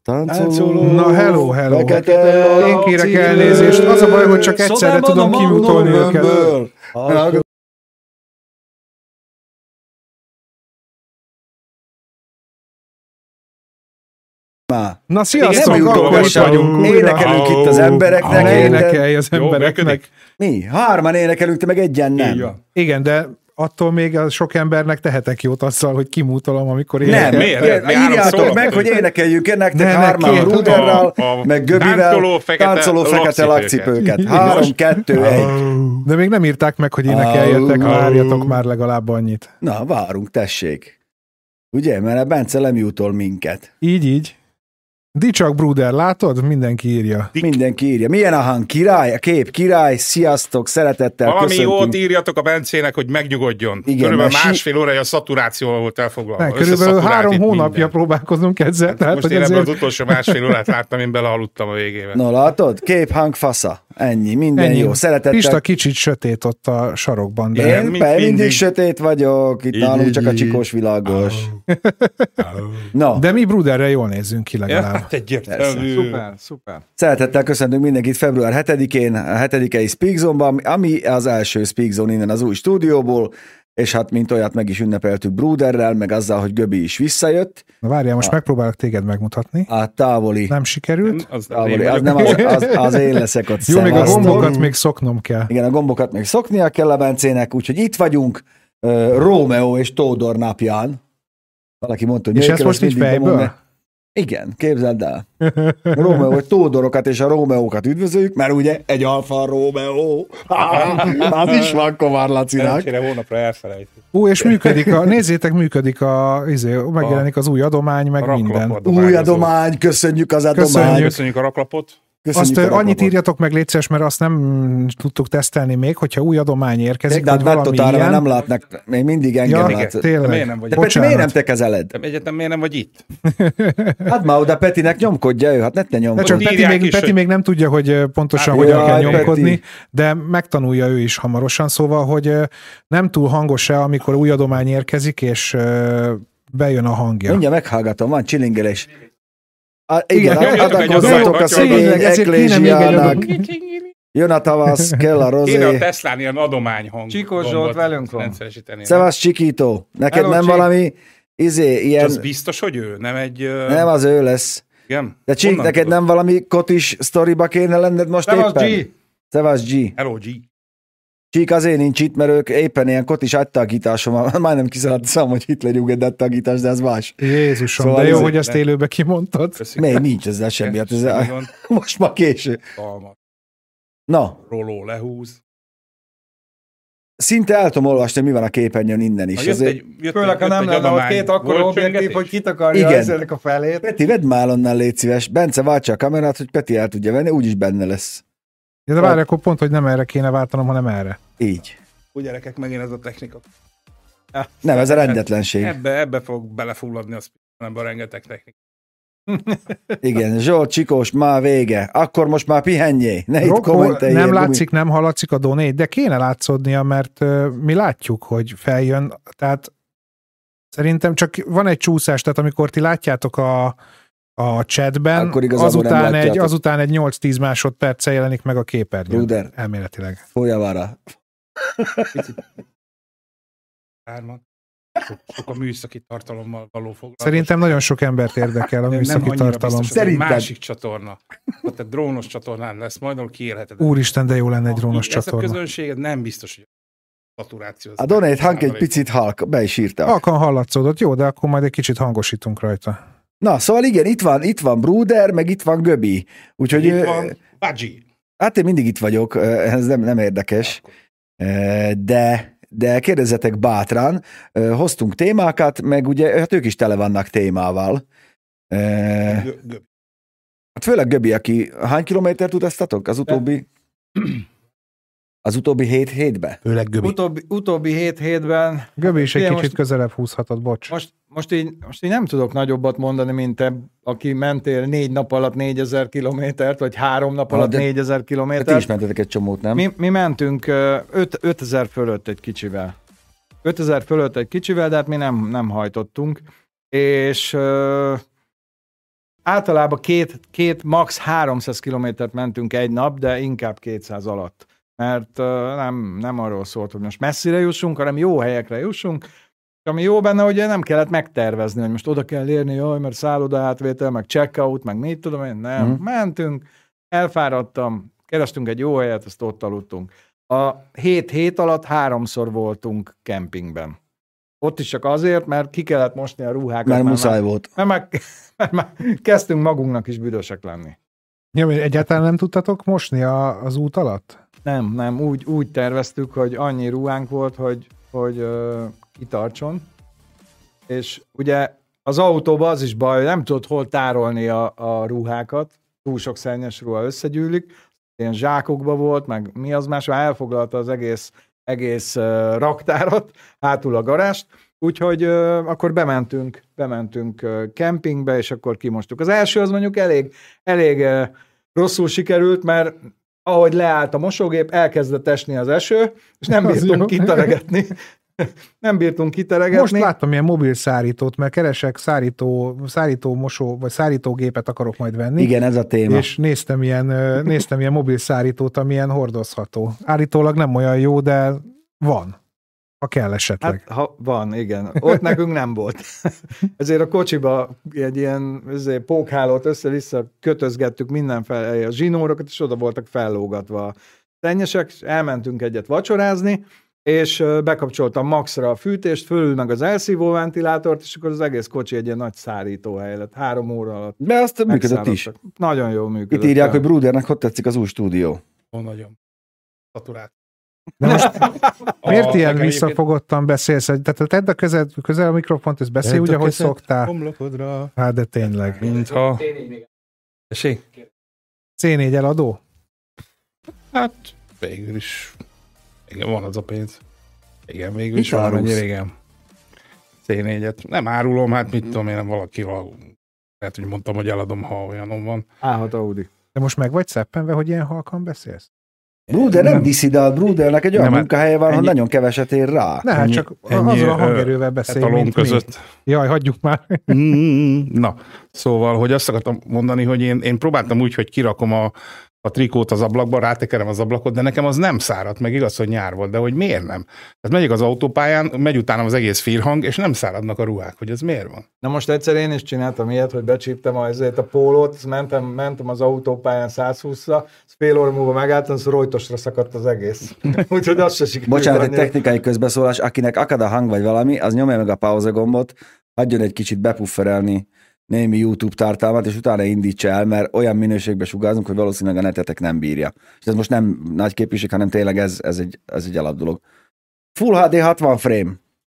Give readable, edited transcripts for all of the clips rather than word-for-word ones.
Táncoló. Na, hello. Fekete Én kérek elnézést. Az a baj, hogy csak egyszerre tudom kimutolni őket. Na, sziasztok, akkor itt vagyunk. Énekelünk itt az embereknek. Ne énekelj az embereknek. Mi? Hárman énekelünk, te meg egyen nem. Igen, de attól még a sok embernek tehetek jót azzal, hogy kimutolom, amikor énekel. Nem, miért? Írjátok meg, hogy énekeljünk nektek hárman Bruderrel, meg Göbivel, táncoló fekete lakcipőket. 3, 2, 1. De még nem írták meg, hogy énekeljetek, várjatok már legalább annyit. Na, várunk, tessék. Ugye, mert a Bence lemjutol minket. Így. Dicsak Bruder, látod? Mindenki írja. Mindenki írja. Milyen a hang? Király? A kép király? Sziasztok, szeretettel valami köszöntünk. jót írjatok a Bencének, hogy megnyugodjon. Igen, körülbelül másfél órája a szaturációval volt elfoglalva. Körülbelül 3 hónapja próbálkozunk ezzel. Hát tehát, most én ebben az utolsó másfél órát láttam, én belealudtam a végével. No, látod? Kép, hang, fasza. Ennyi, minden jó. Szeretettel. Pista kicsit sötét ott a sarokban. De én mindig sötét vagyok, itt nálunk csak a csikós világos. No. De mi Bruderrel jól nézzünk ki legalább. Hát egyértelmű. Szuper. Szeretettel köszöntünk mindenkit február 7-én, a 7-i Speak Zone-ban, ami az első Speak Zone innen az új stúdióból, és hát mint olyat meg is ünnepeltük Bruderrel, meg azzal, hogy Göbi is visszajött. Na várjál, most megpróbálok téged megmutatni. A távoli. Nem sikerült? Az én leszek ott. Jó, még a gombokat még szoknom kell. Igen, a gombokat még szoknia kell a Bencének, úgyhogy itt vagyunk Rómeó és Tódor napján. Valaki mondta, hogy és ezt most így fejből? Igen, képzeld el. Rómeó, vagy Tódorokat és a Rómeókat üdvözöljük, mert ugye egy Alfa Rómeó. Az is van Komár Lacinak. Szerencsére hónapra elfelejtjük. És nézzétek, működik megjelenik az új adomány, meg minden. Új adomány, köszönjük az adományt. Köszönjük a raklapot. Azt annyit írjatok meg, légy szíves, mert azt nem tudtuk tesztelni még, hogyha új adomány érkezik, de vagy valami ilyen. Nem látnak, még mindig engem látsz. Tényleg. De Peti, miért nem te kezeled? De egyetem miért nem vagy itt? Hát már oda Petinek nyomkodja ő, hát ne te nyomkodj. Peti még nem tudja, hogy pontosan hogyan kell nyomkodni, Peti. De megtanulja ő is hamarosan, szóval, hogy nem túl hangos-e, amikor új adomány érkezik, és bejön a hangja. Mindjárt meghallgatom, van csilingelés. Igen, adakozzatok a szegény eklésiának. Jön a tavasz, kell a rozé. Kéne a Teslán ilyen adomány hang. Csikós Zsolt velünk van. Szevasz Csikító, neked hello, nem valami ilyen... Az biztos, hogy ő? Nem egy... Nem, az ő lesz. Igen? De Csík, neked tudod? Nem valami kotis sztoriba kéne lenned most Szevasz éppen? G. Szevasz G. Hello G. Csík azért nincs itt, mert ők éppen ilyen kotis áttagításom, majdnem kiszálltam, hogy Hitler Jugend áttagítás, de ez más. Jézusom, szóval de jó, hogy ezt élőbe kimondtad. Még nincs ezzel semmi, hát most már késő. Na. Roló lehúz. Szinte el tudom olvasni, mi van a képernyőn innen is. Főleg, ha nem lenne ott két akkora objektív, hogy kitakarja ezek a felét. Peti, vedd már onnan, légy szíves. Bence, váltsa a kamerát, hogy Peti el tudja venni, úgyis benne lesz. Ja, de várj, akkor pont, hogy nem erre kéne váltanom, hanem erre. Így. Úgy gyerekek, megint ez a technika. Nem, ez a rendetlenség. Ebbe fog belefulladni a ebben a rengeteg technika. Igen, Zsolt, Csikós, már vége. Akkor most már pihenjé. Ne itt kommentelj. Nem látszik, nem hallatszik a donate, de kéne látszódnia, mert mi látjuk, hogy feljön. Tehát szerintem csak van egy csúszás, tehát amikor ti látjátok a chatben, azután egy 8-10 másodperccel jelenik meg a képernyőn. Bruder, elméletileg. Folyavára. Sok a műszaki tartalommal való foglalkozás. Szerintem nagyon sok embert érdekel a műszaki tartalom. Szerintem. Másik csatorna. Tehát egy drónos csatornán lesz, majd ahol kiérheted. Úristen, de jó lenne egy drónos csatorna. Ez a közönséged nem biztos, hogy a saturáció. A donate hang egy picit halk, be is írta. Halkan hallatszódott, jó, de akkor majd egy kicsit hangosítunk rajta. Na, szóval igen, itt van Bruder, meg itt van Göbi. Úgyhogy... Itt van Badzsi. Hát én mindig itt vagyok, ez nem érdekes. De kérdezzetek bátran, hoztunk témákat, meg ugye, hát ők is tele vannak témával. Hát főleg Göbi, aki hány kilométert utaztatok az utóbbi... Az utóbbi 7 hétben? Főleg Göbi. Utóbbi 7 hétben... Göbi is egy kicsit közelebb húzhatod, bocs. Most így nem tudok nagyobbat mondani, mint te, aki mentél 4 nap alatt 4000 kilométert, vagy 3 nap alatt 4000 kilométert. Ti is mentetek egy csomót, nem? Mi mentünk 5000 fölött egy kicsivel. 5000 fölött egy kicsivel, de hát mi nem hajtottunk. És általában két max 300 kilométert mentünk egy nap, de inkább 200 alatt. Mert nem arról szólt, hogy most messzire jussunk, hanem jó helyekre jussunk, és ami jó benne, hogy nem kellett megtervezni, hogy most oda kell érni, jaj, mert szálloda átvétel, meg checkout, meg mit tudom én, nem. Mentünk, elfáradtam, kerestünk egy jó helyet, azt ott aludtunk. A 7 hét alatt 3-szor voltunk kempingben. Ott is csak azért, mert ki kellett mosni a ruhákat. Mert muszáj volt. Mert már kezdtünk magunknak is büdösek lenni. Ja, egyáltalán nem tudtatok mosni az út alatt? Nem, úgy terveztük, hogy annyi ruhánk volt, hogy kitartson. És ugye az autóban az is baj, hogy nem tudod hol tárolni a ruhákat, túl sok szennyes ruha összegyűlik, ilyen zsákokba volt, meg mi az más, már elfoglalta az egész raktárat, hátul a garást, úgyhogy akkor bementünk kempingbe, és akkor kimostuk. Az első az mondjuk elég rosszul sikerült, mert ahogy leállt a mosógép, elkezdett esni az eső, és nem bírtunk kiteregetni. Nem bírtunk kiteregetni. Most láttam ilyen mobil szárítót, mert keresek szárító mosó, vagy szárítógépet akarok majd venni. Igen, ez a téma. És néztem ilyen mobil szárítót, ami ilyen hordozható. Állítólag nem olyan jó, de van, ha kell esetleg. Hát, ha van, igen. Ott nekünk nem volt. Ezért a kocsiba egy ilyen pókhálót össze-vissza kötözgettük mindenfele, a zsinórokat, és oda voltak fellógatva a szennyesek, és elmentünk egyet vacsorázni, és bekapcsoltam maxra a fűtést, fölül meg az elszívó ventilátort, és akkor az egész kocsi egy ilyen nagy szárítóhely lett. 3 óra alatt. De azt működött is. Nagyon jól működött. Itt írják, hogy Brudernek hogy tetszik az új stúdió. Nagyon. Saturált. De most miért ilyen visszafogottan beszélsz? Tehát tedd a közel a mikrofont, és beszélj úgy, ahogy szoktál. Homlokodra. Hát de tényleg. Mintha... C4 eladó? Hát végül is. Igen, van az a pénz. Igen, végül is Mit van, árulsz? igen. C4-et. Nem árulom, hát mit tudom én, valakivel. Lehet, hogy mondtam, hogy eladom, ha olyanom van. A6 Audi. De most meg vagy szeppenve, hogy ilyen halkan beszélsz? Bruder nem diszi, de a Brudernek egy olyan Nem, munkahelye van, hogy ennyi- nagyon keveset ér rá. Ne, hát csak azon a hangerővel beszélj, etalon mint mi. között. Jaj, hagyjuk már. Na, szóval, hogy azt akartam mondani, hogy én próbáltam úgy, hogy kirakom a trikót az ablakba, rátekerem az ablakot, de nekem az nem száradt, meg igaz, hogy nyár volt, de hogy miért nem? Tehát megyek az autópályán, megy utánam az egész firhang, és nem száradnak a ruhák, hogy ez miért van? Na most egyszer én is csináltam ilyet, hogy becsíptem a pólót, mentem az autópályán 120-ra, fél óra múlva megálltam, az rojtosra szakadt az egész. Úgyhogy az se sikerült. Bocsánat, egy annyira. technikai közbeszólás, akinek akad a hang vagy valami, az nyomja meg a pauza gombot, hagyjon egy kicsit bepufferelni némi YouTube tartalmat, és utána indítsa el, mert olyan minőségbe sugárzunk, hogy valószínűleg a netetek nem bírja. És ez most nem nagy képviség, hanem tényleg ez egy alap dolog. Full HD 60 frame.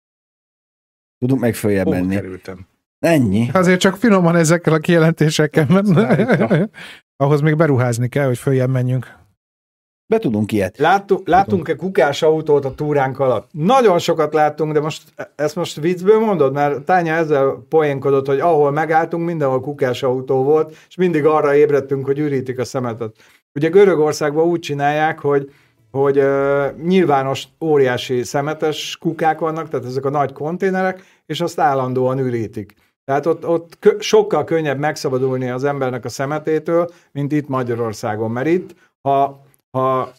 Tudunk még följebb Hova menni. kerültem? Ennyi. Azért csak finoman ezekkel a kijelentésekkel, mert Szállítva. ahhoz még beruházni kell, hogy följebb menjünk. Be tudunk ilyet. Láttunk-e kukás autót a túránk alatt? Nagyon sokat láttunk, de ezt most viccből mondod? Mert Tánya ezzel poénkodott, hogy ahol megálltunk, mindenhol kukás autó volt, és mindig arra ébredtünk, hogy ürítik a szemetet. Ugye Görögországban úgy csinálják, hogy nyilvános óriási szemetes kukák vannak, tehát ezek a nagy konténerek, és azt állandóan ürítik. Tehát ott sokkal könnyebb megszabadulni az embernek a szemetétől, mint itt Magyarországon, mert itt, ha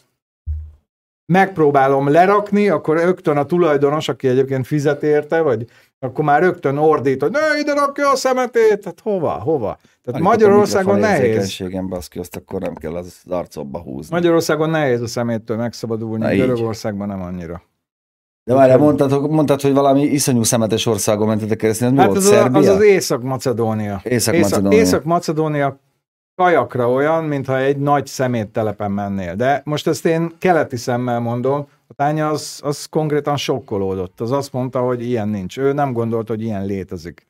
megpróbálom lerakni, akkor rögtön a tulajdonos, aki egyébként fizet érte, vagy akkor már rögtön ordít, hogy ne, ide rakja a szemetét, hát hova? Tehát Magyarországon nehéz. Baszki, azt akkor nem kell az arcodba húzni. Magyarországon nehéz a szeméttől megszabadulni, Na így. Görögországban nem annyira. De várjál, mondtad, hogy valami iszonyú szemetes országon mentetek keresztül, ez mi Hát volt? az Szerbia? az Észak-Macedónia. Észak-Macedónia kajakra olyan, mintha egy nagy szeméttelepen mennél. De most ezt én keleti szemmel mondom, a Tánya az konkrétan sokkolódott. Az azt mondta, hogy ilyen nincs. Ő nem gondolta, hogy ilyen létezik.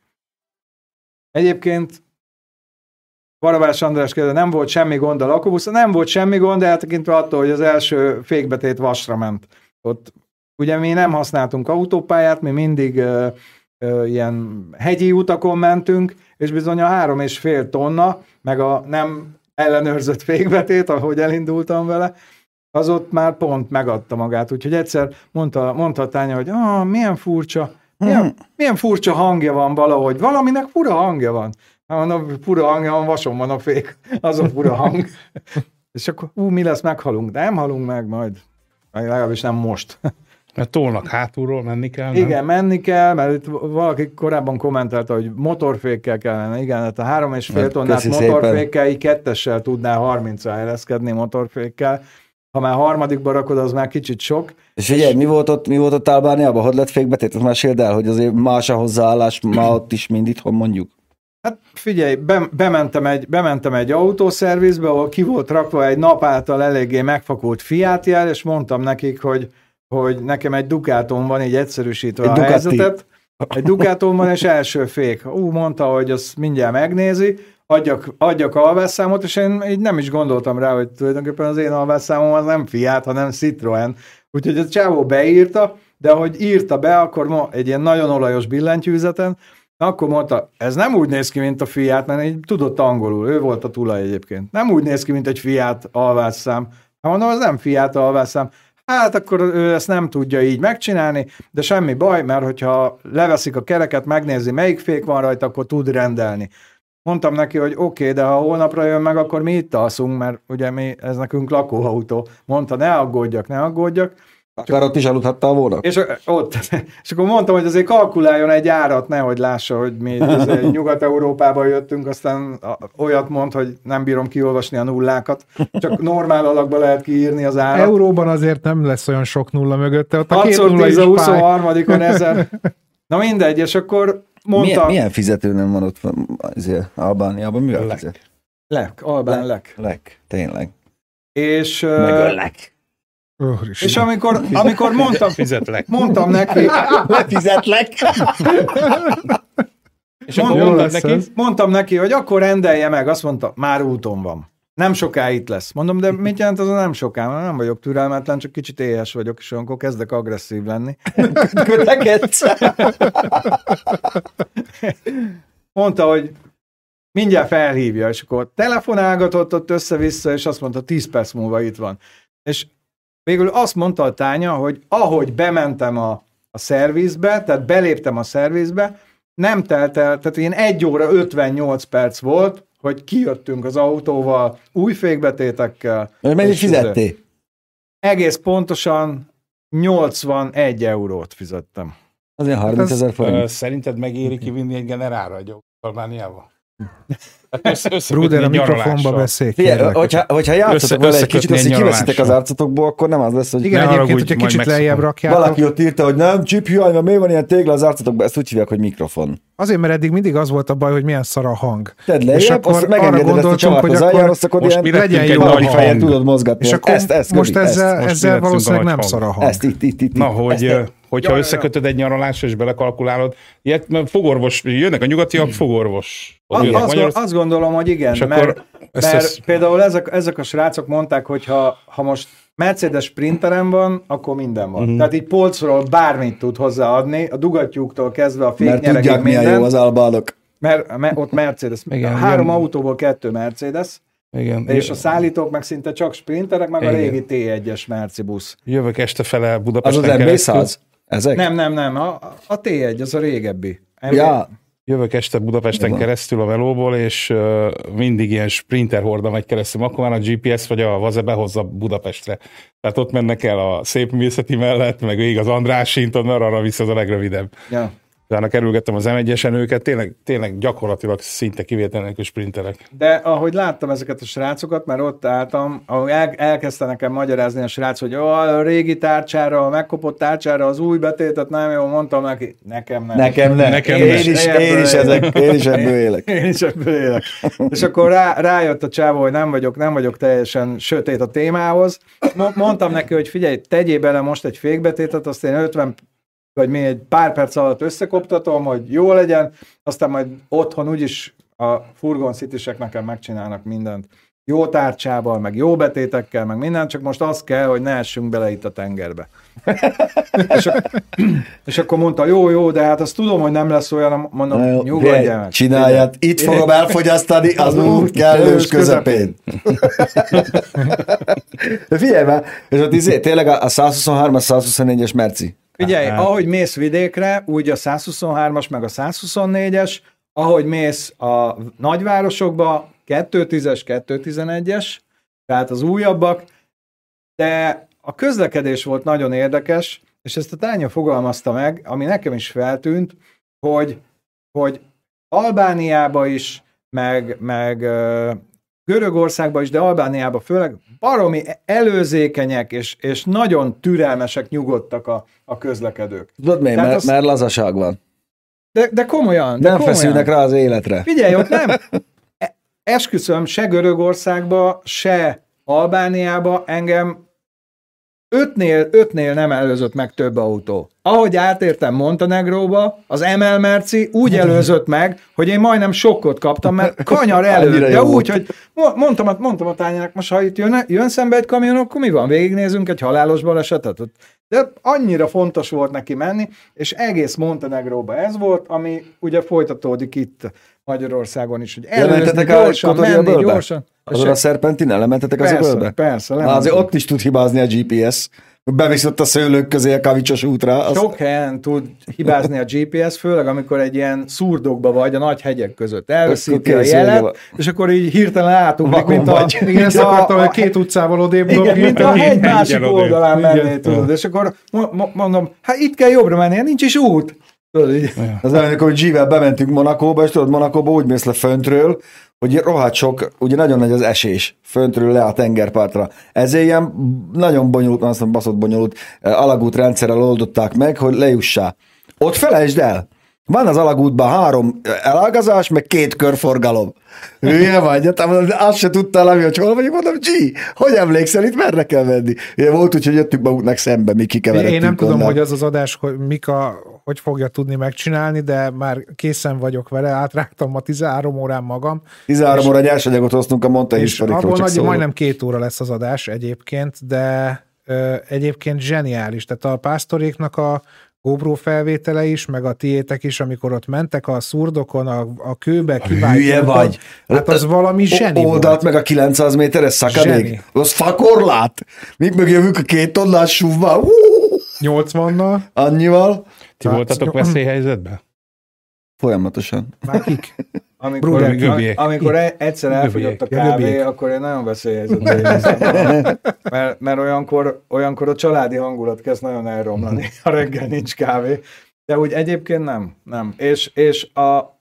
Egyébként Barabás András kérdezi, nem volt semmi gond a lakóbuszon, nem volt semmi gond, de eltekintve attól, hogy az első fékbetét vasra ment. Ott ugye mi nem használtunk autópályát, mi mindig ilyen hegyi utakon mentünk, és bizony a 3,5 tonna, meg a nem ellenőrzött fékbetét, ahogy elindultam vele, az ott már pont megadta magát. Úgyhogy egyszer mondta a Tánya, hogy milyen furcsa hangja van valahogy, valaminek fura hangja van. Mondom, fura hangja van, vason van a fék, az a fura hang. És akkor, mi lesz, meghalunk? De nem halunk meg majd. Legalábbis nem most. Mert tolnak hátulról, menni kell, nem? Igen, menni kell, mert itt valaki korábban kommentelte, hogy motorfékkel kellene. Igen, hát a 3,5 tonnás motorfékkel, így 2-essel tudnál 30-ra ereszkedni motorfékkel. Ha már harmadikba rakod, az már kicsit sok. És ugye, mi volt ott Albániában? Hogy lett fékbetét? Meséld el, hogy azért más a hozzáállás ma ott is, mint itthon mondjuk. Hát figyelj, bementem egy autószervizbe, ahol ki volt rakva egy nap által eléggé megfakult Fiat jel, és mondtam nekik, hogy nekem egy Ducaton van, így egyszerűsítve a helyzetet. Egy Ducaton van, és első fék. Mondta, hogy azt mindjárt megnézi, adjak alvásszámot, és én így nem is gondoltam rá, hogy tulajdonképpen az én alvásszámom az nem Fiat, hanem Citroen. Úgyhogy a csávó beírta, de ahogy írta be, akkor egy ilyen nagyon olajos billentyűzeten, akkor mondta, ez nem úgy néz ki, mint a Fiat, mert így tudott angolul, ő volt a tulaj egyébként. Nem úgy néz ki, mint egy Fiat alvásszám. Hát mondom, az nem Fiat alvásszám. Hát akkor ő ezt nem tudja így megcsinálni, de semmi baj, mert hogyha leveszik a kereket, megnézi, melyik fék van rajta, akkor tud rendelni. Mondtam neki, hogy oké, de ha holnapra jön meg, akkor mi itt alszunk, mert ugye ez nekünk lakóautó. Mondta, ne aggódjak. Akár ott is aludhattál volna? És akkor mondtam, hogy azért kalkuláljon egy árat, nehogy lássa, hogy mi Nyugat-Európába jöttünk, aztán olyat mond, hogy nem bírom kiolvasni a nullákat, csak normál alakba lehet kiírni az árat. Euróban azért nem lesz olyan sok nulla mögötte, ott a 2 nulla is 23-on 1000. Na mindegy, és akkor mondta... Milyen fizető nem van ott Albániában? Mivel fizet? Albán lek, tényleg. És... Megöllek. És amikor mondtam neki... Lefizetlek. És mondtam neki, hogy akkor rendelje meg, azt mondta, már úton van. Nem soká itt lesz. Mondom, de mit jelent az a nem soká? Nem vagyok türelmetlen, csak kicsit éhes vagyok, és akkor kezdek agresszív lenni. Kötekedsz. Mondta, hogy mindjárt felhívja, és akkor telefonálgatott ott össze-vissza, és azt mondta, 10 perc múlva itt van. És végül azt mondta a tánya, hogy ahogy bementem a szervizbe, tehát beléptem a szervizbe, nem telt el, tehát ilyen 1 óra 58 perc volt, hogy kijöttünk az autóval, új fékbetétekkel. Mennyit fizettél? Egész pontosan 81 eurót fizettem. Azért 30 000 forint. Szerinted megéri kivinni egy generálra egy Albániába? Bruder, a mikrofonba beszél. Hogyha játszatok vele egy kicsit, azt kiveszitek az arcotokból, akkor nem az lesz, hogy... Igen, egyébként, hogyha kicsit lejjebb rakjátok. Valaki ott írta, hogy nem, chip hiány, mert miért van ilyen tégla az arcotokban, ezt úgy hívják, hogy mikrofon. Azért, mert eddig mindig az volt a baj, hogy milyen szar a hang. Tedd le, és akkor arra gondoltunk, hogy akkor most mi legyen jó a fejen tudod mozgatni. És akkor most ezzel valószínűleg nem szar a hang. Ezt itt. Na, hogyha összekötöd egy nyaralásra és belekalkulálod, ilyet, mert fogorvos, jönnek a nyugatiak, fogorvos. Azt gondolom, hogy igen, mert például ezek a srácok mondták, hogy ha most Mercedes Sprinterem van, akkor minden van. Tehát így polcról bármit tud hozzáadni, a dugattyúktól kezdve a féknyeregig minden. Mert tudják, milyen jó az albánok. Mert ott Mercedes. Igen, 3 autóból 2 Mercedes. Igen. És a szállítók meg szinte csak sprinterek, meg a régi T1-es Merci busz. Jövök este fele Budapesten keresztül. Az MB100? Ezek? Nem. A T1, az a régebbi. Ja. Jövök este Budapesten keresztül a Velóból, és mindig ilyen sprinter horda megy keresztül. Akkor már a GPS vagy a Vaze behozza Budapestre. Tehát ott mennek el a Szépművészeti mellett, meg végig az Andrássy, mert arra visz az a legrövidebb. Ja. Utána kerülgettem az M1-esen őket, tényleg gyakorlatilag szinte kivétel nélkül sprinterek. De ahogy láttam ezeket a srácokat, mert ott álltam, ahogy elkezdte nekem magyarázni a srác, hogy a régi tárcsára, a megkopott tárcsára az új betétet nem jó, mondtam neki, nekem nem. Én is ebből élek. És akkor rájött a csávó, hogy nem vagyok teljesen sötét a témához. Mondtam neki, hogy figyelj, tegyél bele most egy fékbetétet, azt én 50 vagy még egy pár perc alatt összekoptatom, hogy jó legyen, aztán majd otthon úgyis a Furgon City-sek nekem megcsinálnak mindent. Jó tárcsával, meg jó betétekkel, meg mindent, csak most az kell, hogy ne essünk bele itt a tengerbe. és akkor mondta, jó, de hát azt tudom, hogy nem lesz olyan, mondom, nyugodjál meg. Csinálját, itt fogom elfogyasztani az út kellős közepén. Figyelj már, és ott tényleg a 123-as, 124-es Merci. Figyelj, ahogy mész vidékre, úgy a 123-as meg a 124-es, ahogy mész a nagyvárosokba, 2.10-es, 2.11-es, tehát az újabbak, de a közlekedés volt nagyon érdekes, és ezt a Tánya fogalmazta meg, ami nekem is feltűnt, hogy Albániába is, meg Görögországban is, de Albániában főleg baromi előzékenyek, és nagyon türelmesek, nyugodtak a közlekedők. Tudod miért? Mert lazaság van. De komolyan. Nem feszülnek rá az életre. Figyelj, ott nem. Esküszöm, se Görögországba, se Albániába engem ötnél nem előzött meg több autó. Ahogy átértem Montenegróba, az ML Merci úgy előzött meg, hogy én majdnem sokkot kaptam, mert kanyar előtt. De úgy, hogy mondtam a Tányának, most ha itt jön szembe egy kamion, akkor mi van? Végignézünk egy halálos balesetet? De annyira fontos volt neki menni, és egész Montenegróba ez volt, ami ugye folytatódik itt Magyarországon is, hogy előzni gyorsan, menni gyorsan. Azon a szerpentin elementetek az öbölbe? Persze. Azért ott is tud hibázni a GPS. Bevisz ott a szőlők közé a kavicsos útra. Sok helyen tud hibázni a GPS, főleg amikor egy ilyen szurdokba vagy a nagy hegyek között. Elveszíti a jelet, és akkor így hirtelen átugrik, mint a... Igen, ezt akartam, hogy 2 utcával odébb. Igen, mint a hegy másik oldalán mennél, tudod. És akkor mondom, hát itt kell jobbra menni, nincs is út. Az amikor, hogy G-vel bementünk Monakóba, és tudod, Monakóba úgy mész le föntről, hogy rohadt sok, ugye nagyon nagy az esés föntről le a tengerpartra. Ezért ilyen nagyon bonyolult, azt mondom, baszott bonyolult alagútrendszerrel oldották meg, hogy lejussál. Ott felejtsd el, van az alagútban 3 elágazás, meg 2 körforgalom. Hülye vagy, azt se tudtál, hogy hol vagyok, mondom, G, hogy emlékszel, itt merre kell menni? Ugye volt úgy, hogy jöttünk magunknak szembe, mi kikeveredtünk. Én nem tudom, hogy az adás, hogy hogy fogja tudni megcsinálni, de már készen vagyok vele, átrágtam ma 13 órán magam. 13 óra nyersanyagot hoztunk a Monte Historikról, csak szóló. Majdnem 2 óra lesz az adás egyébként, de egyébként zseniális. Tehát a pásztoréknak a GoPro felvétele is, meg a tiétek is, amikor ott mentek a szurdokon, a kőbe kivágtak. Hülye vagy. Hát az valami zseni oldalt volt. meg a 900 méteres szakadék. Az fakorlát. Még meg jövünk a 2 tonnás súvval. 80-nal. Annyival. Ti voltatok veszélyhelyzetben? Folyamatosan. Már kik? Amikor egyszer elfogyott a kávé, akkor én nagyon veszélyhelyzetben érzem. Mert olyankor a családi hangulat kezd nagyon elromlani, ha reggel nincs kávé. De úgy egyébként nem. És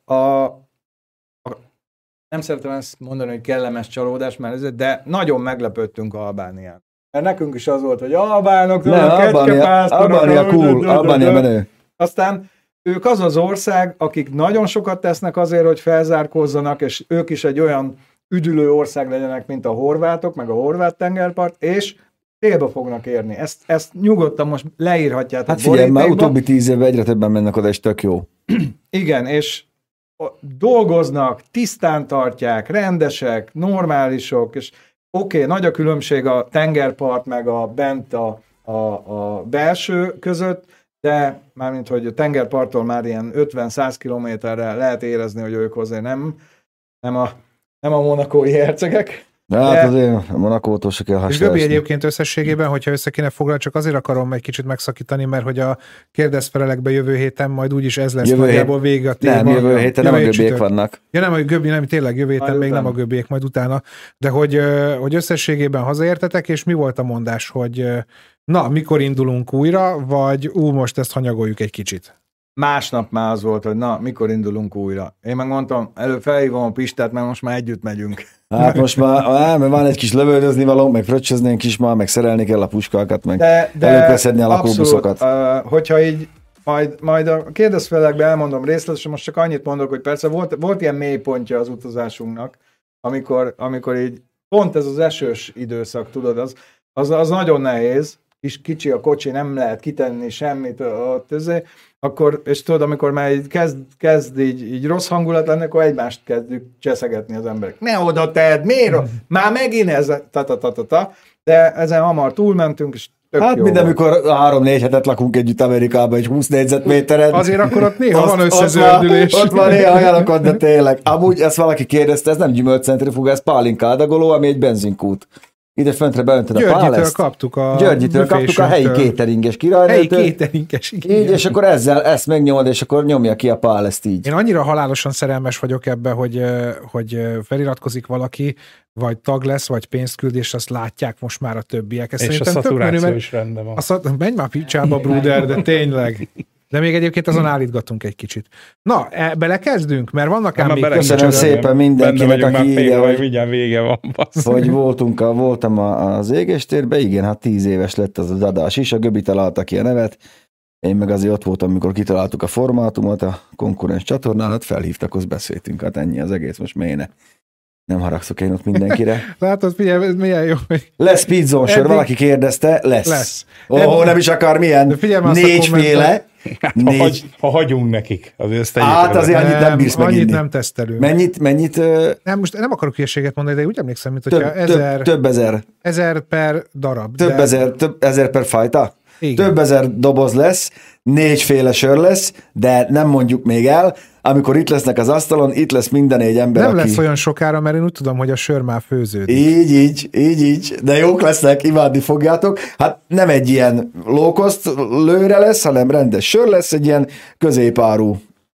nem szeretem ezt mondani, hogy kellemes csalódás, de nagyon meglepődtünk Albánián. Mert nekünk is az volt, hogy albánok, Albánia cool, Albánia menő. Aztán ők az ország, akik nagyon sokat tesznek azért, hogy felzárkózzanak, és ők is egy olyan üdülő ország legyenek, mint a horvátok, meg a horvát tengerpart, és célba fognak érni. Ezt nyugodtan most leírhatjátok. Hát figyelj, már utóbbi 10 évben egyre többen mennek oda, és tök jó. Igen, és dolgoznak, tisztán tartják, rendesek, normálisok, és oké, nagy a különbség a tengerpart, meg a bent a belső között, de mármint, hogy a tengerparttól már ilyen 50-100 kilométerre lehet érezni, hogy ők hozzá nem a monakói hercegek. Hát azért a Monakótól se kell hasonlásni. És Göbi egyébként összességében, hogyha össze kéne foglalni, csak azért akarom egy kicsit megszakítani, mert hogy a kérdezfelelekbe jövő héten majd úgyis ez lesz nagyjából vége a téma. Nem, jövő héten nem a Göbiek vannak. Ja nem, a Göbi, nem, tényleg jövő héten még nem a Göbiek, majd utána. De hogy összességében hazaértetek, és mi volt a mondás, hogy na, mikor indulunk újra, vagy most ezt hanyagoljuk egy kicsit? Másnap már az volt, hogy na, mikor indulunk újra. Én megmondtam, előbb felhívom a Pistát, mert most már együtt megyünk. Hát most már van egy kis lövöldözni való, meg fröccsöznénk is már, meg szerelni kell a puskákat, meg előveszedni a lakóbuszokat. Hogyha így majd a kérdezfelekben elmondom részletesen, most csak annyit mondok, hogy persze volt ilyen mélypontja az utazásunknak, amikor így pont ez az esős időszak, tudod, az nagyon nehéz, kicsi a kocsi, nem lehet kitenni semmit ott, akkor, és tudod, amikor már így kezd így rossz hangulat lenni, akkor egymást kezdjük cseszegetni az emberek. Ne oda tedd, miért? Már megint ez, de ezen hamar túlmentünk, és tök hát jó. mint amikor 3-4 hetet lakunk együtt Amerikában, egy 20 négyzetméteren. Azért akkor ott néha van összezöldülés. Ott van néha olyanokon, de tényleg. Amúgy ezt valaki kérdezte, ez nem gyümölcscentrifúga, ez pálinkáldagoló, ami egy benzinkút. ide föntre beöntöd a Györgyitől Páleszt. kaptuk a Györgyitől kaptuk a helyi cateringes királynőtől. Helyi cateringes, igen. Így, és akkor ezzel ezt megnyomod, és akkor nyomja ki a Páleszt így. Én annyira halálosan szerelmes vagyok ebbe, hogy feliratkozik valaki, vagy tag lesz, vagy pénzt küld, és azt látják most már a többiek. Ez És a szaturáció is rendben van. Menj már picsába, Bruder, de tényleg. De még egyébként azon állítgatunk egy kicsit. Na, belekezdünk, mert vannak ám még... Köszönöm szépen mindenkinek, aki írja, hogy mindjárt vége van. Hogy voltam az égéstérben, igen, hát 10 éves lett az adás is, a Göbi találta ki a nevet, én meg azért ott voltam, amikor kitaláltuk a formátumot, a konkurens csatornán, hát felhívtak, azt beszéltünk, hát ennyi az egész, most mélyne. Nem haragszok én ott mindenkire. Látod, figyelj, milyen jó. Lesz pizzon sör, valaki kérdezte, lesz. Nem is akar milyen, 4 féle. Ha hagyunk nekik, azért ezt hát azért annyit nem bírsz meginni. Annyit nem tesztelünk. Mennyit? Nem, most nem akarok hülyeséget mondani, de úgy emlékszem, mint hogyha több ezer. 1000 per darab. Több ezer per fajta? Igen. Több ezer doboz lesz, 4 féle sör lesz, de nem mondjuk még el, amikor itt lesznek az asztalon, itt lesz minden 4 ember, nem lesz olyan sokára, mert én úgy tudom, hogy a sör már főződik. Így, de jók lesznek, imádni fogjátok. Hát nem egy ilyen low-cost lőre lesz, hanem rendes sör lesz, egy ilyen középáru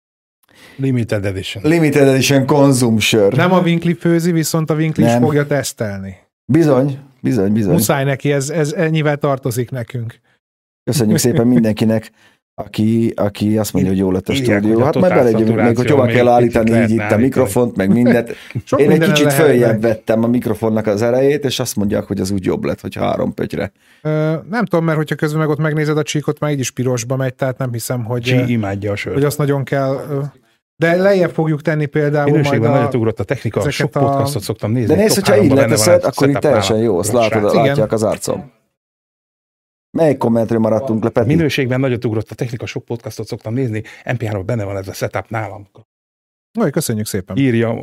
Limited edition konzumsör. Nem a Winkli főzi, viszont a Winkli is fogja tesztelni. Bizony. Muszáj neki, ez ennyivel tartozik nekünk. Köszönjük szépen mindenkinek, aki azt mondja, hogy jó lett a stúdió. Hát majd belegyünk még, hogy hova kell állítani így itt a mikrofont, meg mindent. Én egy kicsit följebb vettem a mikrofonnak az erejét, és azt mondják, hogy az úgy jobb lett, hogy 3 pöttyre. Nem tudom, mert hogyha közben meg ott megnézed a csíkot, már így is pirosba megy, tehát nem hiszem, hogy, imádja a sört. Hogy azt nagyon kell... De lejjebb fogjuk tenni például minőségben nagyot ugrott a technika, sok podcastot szoktam nézni. De nézd, hogyha így leteszed, akkor itt teljesen jó, azt látják az arcom. Melyik kommentről maradtunk le, Peti? Minőségben nagyot ugrott a technika, sok podcastot szoktam nézni, MP3-ról benne van ez a setup nálam. Nagy, köszönjük szépen. Írja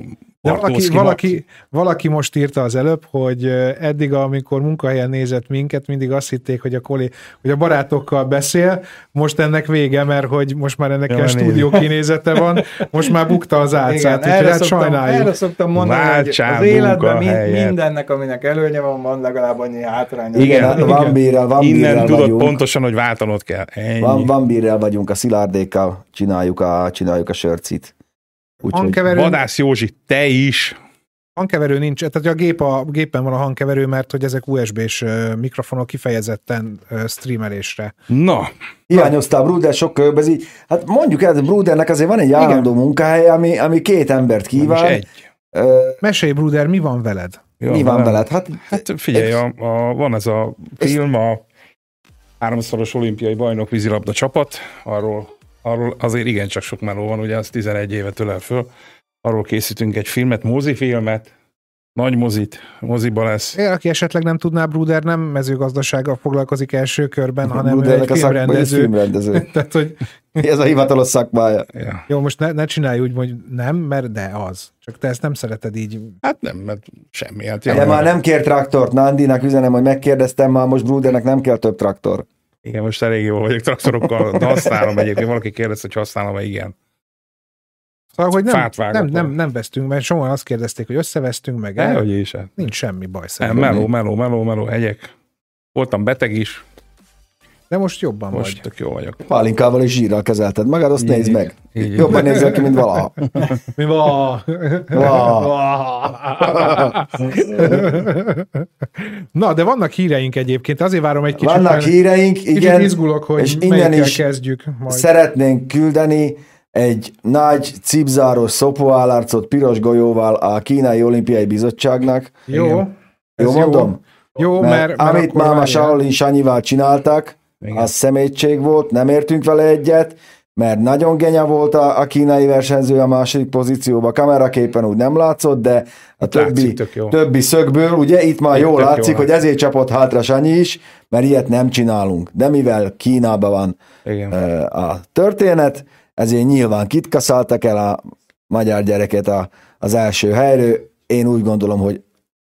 valaki most írta az előbb, hogy eddig, amikor munkahelyen nézett minket, mindig azt hitték, hogy a barátokkal beszél, most ennek vége, mert hogy most már ennek a stúdió kinézete van, most már bukta az álcát, erre szoktam mondani, hogy az életben mindennek, aminek előnye van legalább annyi hátránya. Igen, van bírrel innen tudod pontosan, hogy váltanod kell. Van bírrel vagyunk, a Szilárdékkal csináljuk a sörcit. Vadász Józsi, te is. Hangkeverő nincs, tehát a gépen van a hangkeverő, mert hogy ezek USB-s mikrofonok kifejezetten streamelésre. Na. Hiányoztál Bruder, sokkal jobb ez így. Hát mondjuk el, Brudernek azért van egy állandó munkahelye, ami 2 embert kíván. Egy. Mesélj, Bruder, mi van veled? Mi van veled? Hát figyelj, van ez a film, a 3-szoros olimpiai bajnok vízilabda csapat, arról azért igencsak sok meló van, ugye az 11 évet ölel föl. Arról készítünk egy filmet, mozifilmet, nagy moziba lesz. Aki esetleg nem tudná, Bruder nem mezőgazdasággal foglalkozik első körben, hanem Brudernek egy filmrendező. Tehát, hogy ez a hivatalos szakmája. Ja. Jó, most ne csinálj úgy, hogy nem, mert de az. Csak te ezt nem szereted így. Hát nem, mert semmi. Hát de már nem kér traktort. Nandinak üzenem, hogy megkérdeztem, már most Brudernek nem kell több traktor. Igen, most elég jól vagyok traktorokkal, de használom egyébként. Valaki kérdezte, hogy használom-e, igen. Szóval, hogy nem vesztünk, mert sokan azt kérdezték, hogy összevesztünk meg el. Hogy is. Nincs semmi baj szerintem. Meló, hegyek. Voltam beteg is. De most jobban most vagy. Tök jó vagyok. Pálinkával és zsírral kezelted magad, azt nézd meg. Jobban nézel ki, mint valaha. Mi valaha. Na, de vannak híreink egyébként, azért várom egy kicsit. Vannak híreink, igen. Kicsit izgulok, hogy és innen is kezdjük majd. Szeretnénk küldeni egy nagy cipzáros szopóállarcot piros golyóval a Kínai Olimpiai Bizottságnak. Jó mondom? Jó, mert amit máma Shaolin Sanyival csináltak, az szemétség volt, nem értünk vele egyet, mert nagyon genya volt a kínai versenyző a második pozícióban, kameraképen úgy nem látszott, de a többi szögből, ugye itt már jól látszik, hogy ezért csapott hátra Sanyi is, mert ilyet nem csinálunk. De mivel Kínában van a történet, ezért nyilván kitkaszáltak el a magyar gyereket az első helyről. Én úgy gondolom, hogy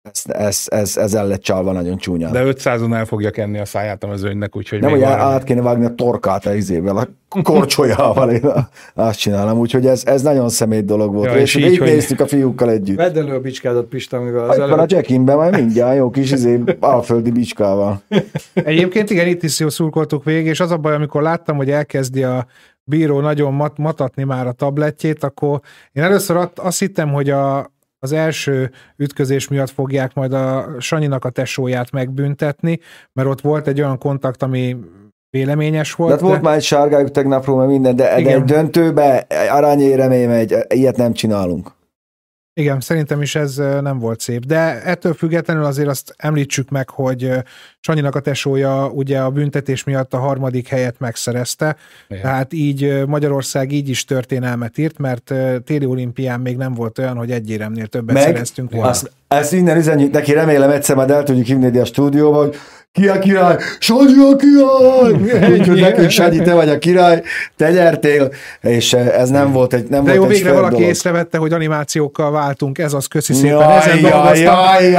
Ez el lett csalva nagyon csúnyán. De 500-on el fogja kenni a száját a mezőnynek, úgyhogy... Nem, hogy át kéne vágni a torkát a izével, a korcsolyával, én azt csinálom, úgyhogy ez nagyon szemét dolog volt. Ja, és így hogy... néztük a fiúkkal együtt. Vedd elő a bicskádat, Pista, amivel az előtt... a Jackinben majd mindjárt jó kis alföldi bicskával. Egyébként igen, itt is szurkoltuk végig, és az a baj, amikor láttam, hogy elkezdi a bíró nagyon matatni már a tablettjét, akkor én először azt hittem, hogy az első ütközés miatt fogják majd a Sanyinak a tesóját megbüntetni, mert ott volt egy olyan kontakt, ami véleményes volt. De volt már egy sárgájuk tegnapról, mert minden, de egy döntőbe aranyéremé megy, ilyet nem csinálunk. Igen, szerintem is ez nem volt szép, de ettől függetlenül azért azt említsük meg, hogy Sanyinak a tesója ugye a büntetés miatt a 3. helyet megszerezte, tehát így Magyarország így is történelmet írt, mert téli olimpián még nem volt olyan, hogy egy éremnél többet szereztünk volna. Ezt innen üzenjük neki, remélem egyszer majd el tudjuk hívni a stúdióba, hogy ki a király? Sanyi a király! Úgyhogy nekünk, Sanyi, te vagy a király, te nyertél, és ez nem volt egy nem de volt jó, végre valaki dolog. Észrevette, hogy animációkkal váltunk, ez az, köszi szépen, ezen dolgoztam.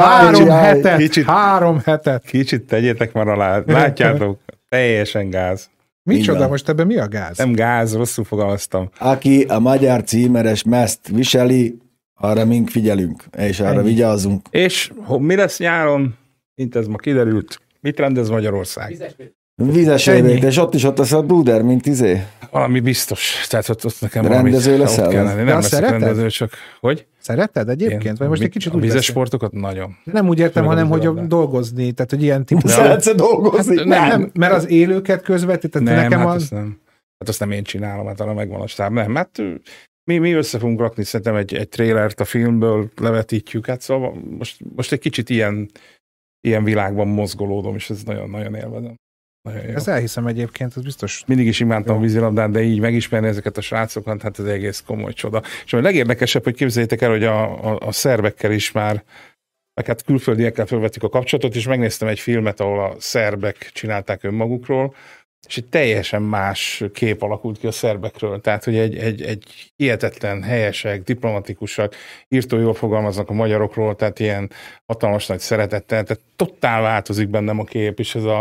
3 hetet. Kicsit tegyétek már alá, látjátok, teljesen gáz. Micsoda, most ebben mi a gáz? Nem gáz, rosszul fogalmaztam. Aki a magyar címeres mezt viseli, arra mink figyelünk, és arra vigyázzunk. És mi lesz nyáron? Mint ez ma kiderült. Mit rendez Magyarország? Vízes évét, és ott is ott lesz a Bruder, mint Valami biztos. Tehát ott nekem rendező leszel? Nem leszek rendező, csak... Hogy? Szereted egyébként? Vagy most egy kicsit a vízes sportokat nagyon. Nem úgy értem, hanem hogy dolgozni, tehát hogy ilyen típusú... Szeretsz dolgozni? Hát, nem, mert az élőket közvetített nekem hát az... Nem. Hát azt nem én csinálom, hát arra megvan a stáb. Nem, hát mi össze fogunk rakni szerintem egy trélert a filmből, levetítjük, hát szóval most egy kicsit ilyen világban mozgolódom, és ez nagyon-nagyon élvezem. Ez elhiszem egyébként, ez biztos. Mindig is imádtam a vízilabdát, de így megismerni ezeket a srácokat, hát ez egész komoly csoda. És a legérdekesebb, hogy képzeljétek el, hogy a szerbekkel is már, meg hát külföldiekkel felvettük a kapcsolatot, és megnéztem egy filmet, ahol a szerbek csinálták önmagukról, és egy teljesen más kép alakult ki a szerbekről. Tehát, hogy egy hihetetlen helyesek, diplomatikusak, írtó jól fogalmaznak a magyarokról, tehát ilyen hatalmas nagy szeretettel, tehát totál változik bennem a kép, és ez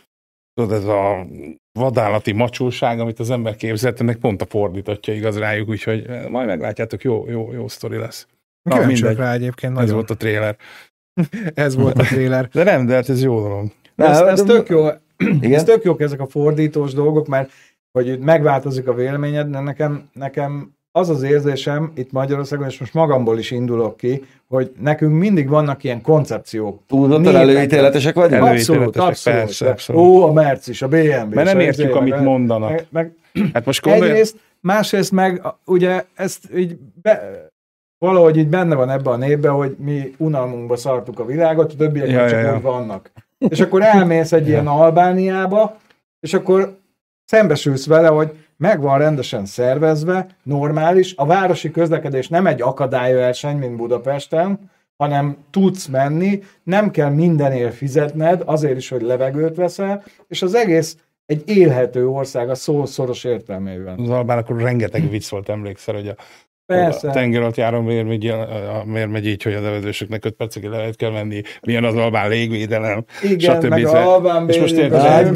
a vadállati macsóság, amit az ember képzelt, ennek pont a fordítottja igaz rájuk, úgyhogy majd meglátjátok, jó sztori lesz. Kíváncsiak rá egyébként. Ez volt a tréler. Ez volt a tréler. De nem, de hát ez jó dolog. Ez tök jó. Igen? Ez tök jók ezek a fordítós dolgok, mert hogy megváltozik a véleményed, de nekem az az érzésem itt Magyarországon, és most magamból is indulok ki, hogy nekünk mindig vannak ilyen koncepciók. Túlzottan előítéletesek vagyunk? Abszolút. Persze. Ó, a Mercis, a BMW. Mert nem értjük, amit mondanak. Hát most egyrészt, másrészt meg ugye ezt így valahogy így benne van ebben a népben, hogy mi unalmunkba szartuk a világot, a többiek csak úgy vannak. És akkor elmész egy ilyen Albániába, és akkor szembesülsz vele, hogy meg van rendesen szervezve, normális, a városi közlekedés nem egy akadályverseny, mint Budapesten, hanem tudsz menni, nem kell mindenért fizetned, azért is, hogy levegőt veszel, és az egész egy élhető ország a szó szoros értelmében. Az albánokról rengeteg vicc volt, emlékszel, hogy a tenger alatt járó mérmegy így, hogy az evezősöknek 5 percig levet kell menni, milyen az albán légvédelem, igen, stb. Meg a albán és most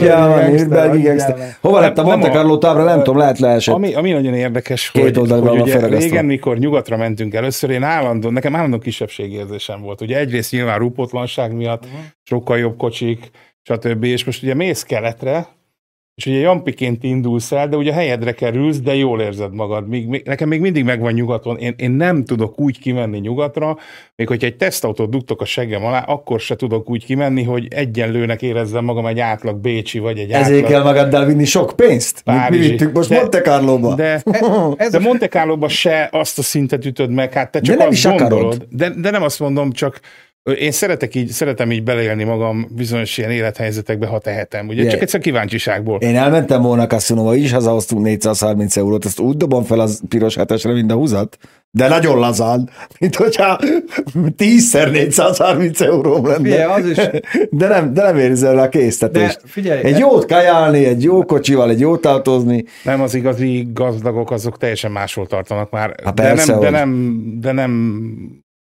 hova lett a Monte Carlo tábla, nem tudom, lehet. Ami nagyon érdekes, hogy ugye régen, mikor nyugatra mentünk először, nekem állandó kisebbségérzésem volt. Ugye egyrészt nyilván rúpotlanság miatt, sokkal jobb kocsik, stb. És most ugye mész keletre, és ugye jampiként indulsz el, de ugye a helyedre kerülsz, de jól érzed magad. Nekem még mindig megvan nyugaton, én nem tudok úgy kimenni nyugatra, még hogyha egy tesztautót dugtok a seggem alá, akkor se tudok úgy kimenni, hogy egyenlőnek érezzem magam egy átlag bécsi, vagy egy átlag... Ezért kell magaddal vinni sok pénzt? Mi vittük most Monte Carlóba. De Monte Carlóba se azt a szintet ütöd meg, hát te csak azt gondolod. De nem azt mondom, csak én szeretem így beleélni magam bizonyos ilyen élethelyzetekbe, ha tehetem. Ugye csak egyszer kíváncsiságból. Én elmentem volna kaszinóba, így is hazahoztunk 430 eurót, ezt úgy dobom fel az piros hetesre, mint a húzat, de nagyon lazán, mint hogyha 10-szer 430 euró lenne. Figyelj, az is... de nem érzel a késztetést. Egy jót kajálni, egy jó kocsival, egy jót autózni. Nem, az igazi gazdagok, azok teljesen máshol tartanak már. Persze, de nem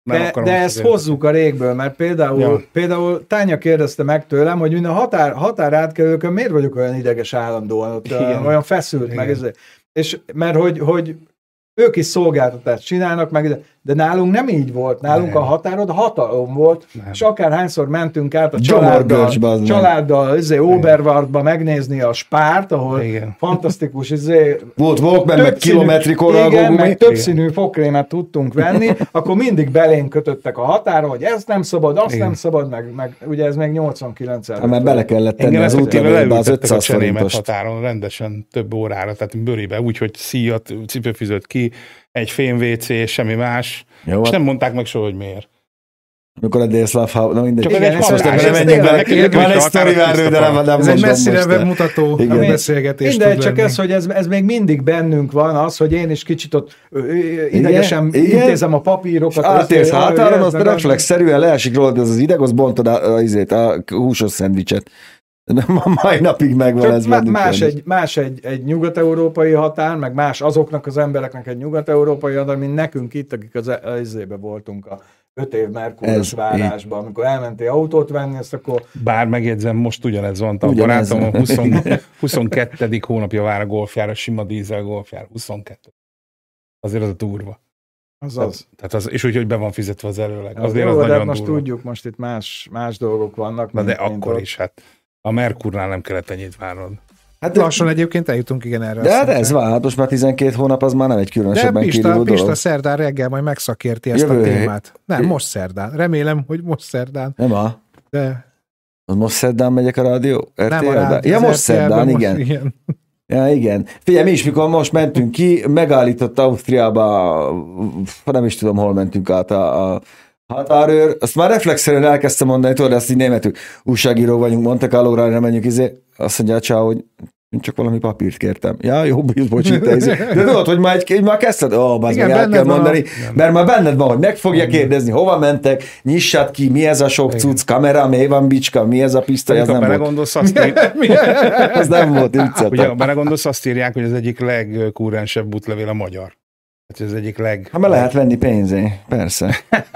De ezt hozzuk a régből, mert például Tánya kérdezte meg tőlem, hogy minden határátkelőkön miért vagyok olyan ideges állandóan, ott olyan feszült, meg ez. És mert hogy ők is szolgáltatást csinálnak, meg, de nálunk nem így volt. Nálunk a határod hatalom volt, és akárhányszor mentünk át a családdal Oberwartba megnézni a Spárt, ahol fantasztikus volt Walkman, meg kilometri korralgógumi. Meg többszínű fogkrémet tudtunk venni, akkor mindig belém kötöttek a határa, hogy ez nem szabad, azt nem szabad, meg ugye ez még 89 előtt. Mert bele kellett tenni az útlevélbe az 500 forintost. Határon rendesen több órára, tehát bőrébe, úgyhogy szíjat, cipőfűzött ki, egy fém WC, semmi más, jó, és nem mondták meg soha, hogy miért. Amikor a délszláv na mindegy. Csak egy van egy sztori várő, de nem mondom. Ez egy messzire webmutató beszélgetés. Mindegy, csak ez, hogy ez még mindig bennünk van, az, hogy én is kicsit ott idegesen intézem a papírokat. Átérsz hátáron, az reflexzerűen leesik rólad az ideg, az bontod a húsos szendvicset. Mai napig megvan ez bennük. Más egy nyugat-európai határ, meg más azoknak az embereknek egy nyugat-európai határ, mint nekünk itt, akik az izébe voltunk a 5 év Merkúros várásban, amikor elmentél autót venni, ezt akkor... Bár megjegyzem, most ugyanez van, a barátom a 22. hónapja vár a golfjára, sima dízel golfjára, 22. Azért az a durva. És úgy, hogy be van fizetve az előleg. Azért jó, az nagyon most durva. Tudjuk, most itt más dolgok vannak. Na de akkor is, hát a Merkurnál nem kellett ennyit várnod. Hát lassan egyébként eljutunk erre. De hát ez van, hát most már 12 hónap, az már nem egy különösebben kirívó dolog. Pista szerdán reggel majd megszakérti ezt a témát. Nem, most szerdán. Remélem, hogy most szerdán. Nem a? De... Most szerdán megyek a rádió? Nem a rádió. Ja, most szerdán, igen. Ja, igen. Figyelj, mi is, mikor most mentünk ki, megállított Ausztriába, nem is tudom, hol mentünk át a határőr, azt már reflexzerűen elkezdtem mondani, tudod, ezt így németül, újságíró vagyunk, Monte Carlóra, nem menjünk azt mondja a csá, hogy én csak valami papírt kértem. Ja, jó, bocs, itt de tudod, hogy már kezdted? Meg el kell mondani, mert már benned van, hogy meg fogja kérdezni, hova mentek, nyissad ki, mi ez a sok cucc, kamera, mi van bicska, mi ez a pisztoly, az nem volt. Az nem volt, ugye, ha belegondolsz, azt írják, hogy az egyik legkúrensebb útlevél a magyar. Hát ez egyik Hát mert lehet venni pénzé, persze.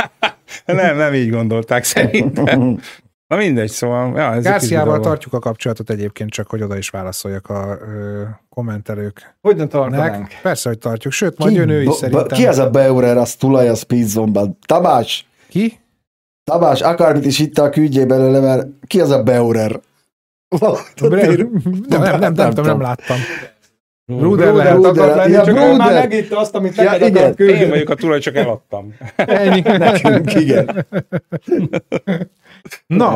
Nem így gondolták szerintem. Na mindegy, szóval... Ja, Garciával tartjuk a kapcsolatot egyébként, csak hogy oda is válaszoljak a kommentelők. Hogy ne tartanánk? Persze, hogy tartjuk. Sőt, majd jön ő is szerintem. Ki az a Beurer, az tulaj a Speedzone-ban? Tamás? Ki? Tamás, akármit is itt a küldjél belőle, mert ki az a Beurer? Nem láttam. Bruder lehet akart lenni, csak ő már megitta azt, amit neked akart küldeni. Én vagyok a tulaj, csak eladtam. Nekünk, igen. Na,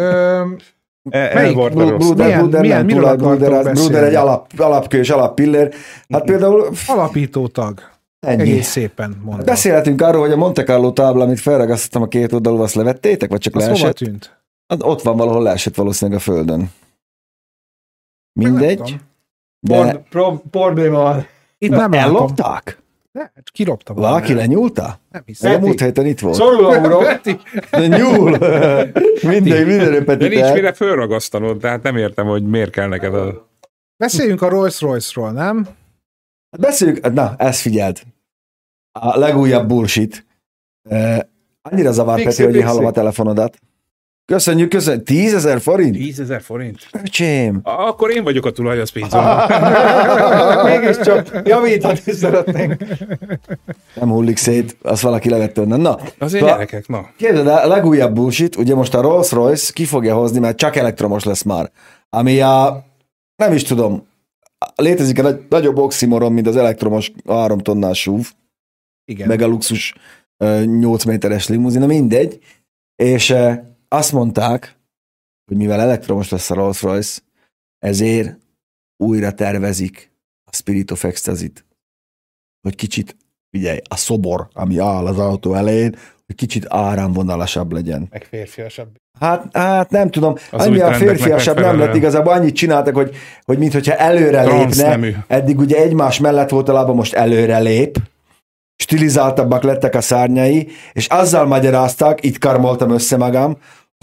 Bruder egy alapkős, alappillér. Hát például... Alapító tag. Ennyi. Egész szépen mondom. Beszélhetünk arról, hogy a Monte Carlo tábla, amit felragasztottam a két oldalú, azt levettétek, vagy csak leesett? Hova tűnt? Ott van valahol, leesett valószínűleg a földön. Mindegy. Probléma van. Itt nem ellopták? Kilopta valami. Valaki lenyúlta? Nem hiszem. A múlt héten itt volt. Szorul a urok. Nyúl. Mindenről Peti. De nincs mire fölragasztanod, tehát nem értem, hogy miért kell neked a... Beszéljünk a Rolls-Royce-ról, nem? Beszéljünk, na, ezt figyeld. A legújabb bullshit. Annyira zavar, Peti, hogy én hallom a telefonodat. Köszönjük. 10 000 forint? 10 000 forint? Öcsém. Akkor én vagyok a tulaj a Speedzone-ban. Mégiscsak javítani szeretnénk. Nem hullik szét, azt valaki levette onnan. Na, azért gyerekek, na. Képzeld el, a legújabb bullshit, ugye most a Rolls-Royce ki fogja hozni, mert csak elektromos lesz már. Ami nem is tudom, létezik egy nagyobb oximoron, mint az elektromos 3 tonnás SUV. Igen. Meg a luxus 8 méteres limuzina, mindegy. És azt mondták, hogy mivel elektromos lesz a Rolls-Royce, ezért újra tervezik a Spirit of Ecstasy-t. Hogy kicsit, figyelj, a szobor, ami áll az autó elején, hogy kicsit áramvonalasabb legyen. Meg férfiasabb. Hát nem tudom, annyi a férfiasabb nem lett, igazából annyit csináltak, hogy mintha előre lépne. Eddig ugye egymás mellett volt a lába, most előre lép. Stilizáltabbak lettek a szárnyai, és azzal magyarázták, itt karmoltam össze magam,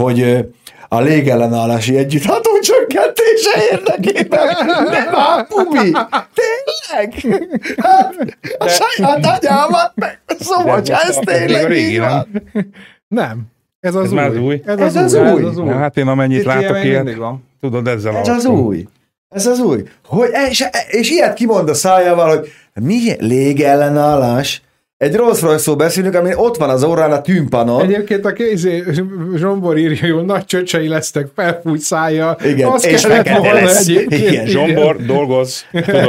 hogy a légellenállási együtthatócsökkentése érdekében. Nem a pubi! Tényleg? Hát, a saját agyámat meg. Szóval, hogy ez tényleg így van. Nem. Ez az Ez új. már az új? Ez az új. Na, hát én amennyit Itt látok ilyen ilyet, mindig van. tudod, ezzel Ez az alapom. új. Ez az új. Hogy, és ilyet kimond a szájával, hogy mi légellenállás? Egy Rolls-Royce-ról beszélünk, ami ott van az orrán a tümpanon. Egyébként a Zsombor írja, hogy nagy csöcsei lesztek, felfújt szájjal. Igen, az és kellett fekete volna lesz. egyébként. Igen, Zsombor, dolgozz,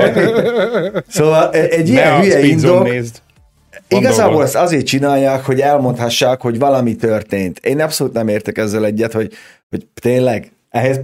tudod. Szóval egy Ne ilyen a hülye Speedzone indok, nézd. igazából Gondolod. ezt azért csinálják, hogy elmondhassák, hogy valami történt. Én abszolút nem értek ezzel egyet, hogy tényleg ehhez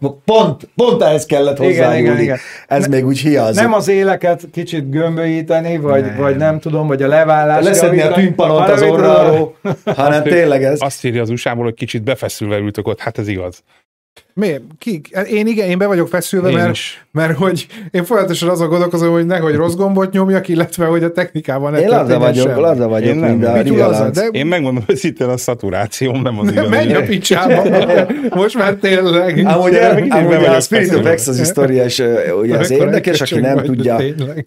pont ehhez kellett hozzájúlni. igen. Ez még úgy hiányzik. Nem az éleket kicsit gömbölyíteni, vagy nem tudom, vagy a levállást leszedni a javítani, tűnpanont az hanem orráról, hanem tényleg ez. Azt írja az USA-ból, hogy kicsit befeszülve ültök ott, hát ez igaz. Miért? Én be vagyok feszülve, Én mert, is. mert hogy én folyamatosan azon gondolkozom, hogy nehogy rossz gombot nyomjak, illetve hogy a technikában ne Én történjen ladda vagyok, Én nem. mint a Mit tud azzal? Rigalánc. De Én megmondom, hogy itt a szaturációm nem az igaz. menj a picsába, most már tényleg. Amúgy Be a vagyok Spirit of feszülve. Ecstasy sztoria is ugye az Mekkora érdekes, aki köcsög nem vagy, de tudja, tényleg.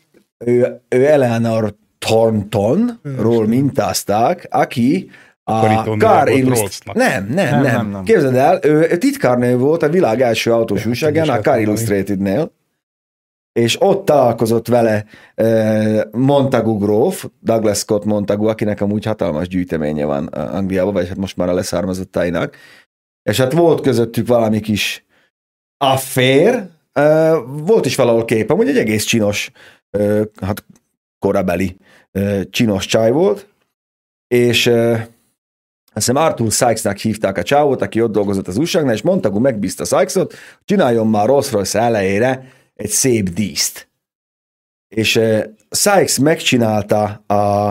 ő Eleanor Thorntonról mintázták, aki a Karítónője Car volt Illust... Rolls-nak. Nem. Képzeld el, ő titkárnő volt a világ első autós újságán, a Car mondani. Illustratednél, és ott találkozott vele Montagu gróf, Douglas Scott Montagu, akinek amúgy hatalmas gyűjteménye van Angliában, vagy hát most már a leszármazottainak, és hát volt közöttük valami kis affér, volt is valahol kép, amúgy egy egész csinos, hát korabeli csinos csaj volt, és azt hiszem Arthur Sykesnak hívták a csávót, aki ott dolgozott az újságnál, és Montagu megbízta Sykesot, csináljon már Rolls-Royce elejére egy szép díszt. És Sykes megcsinálta a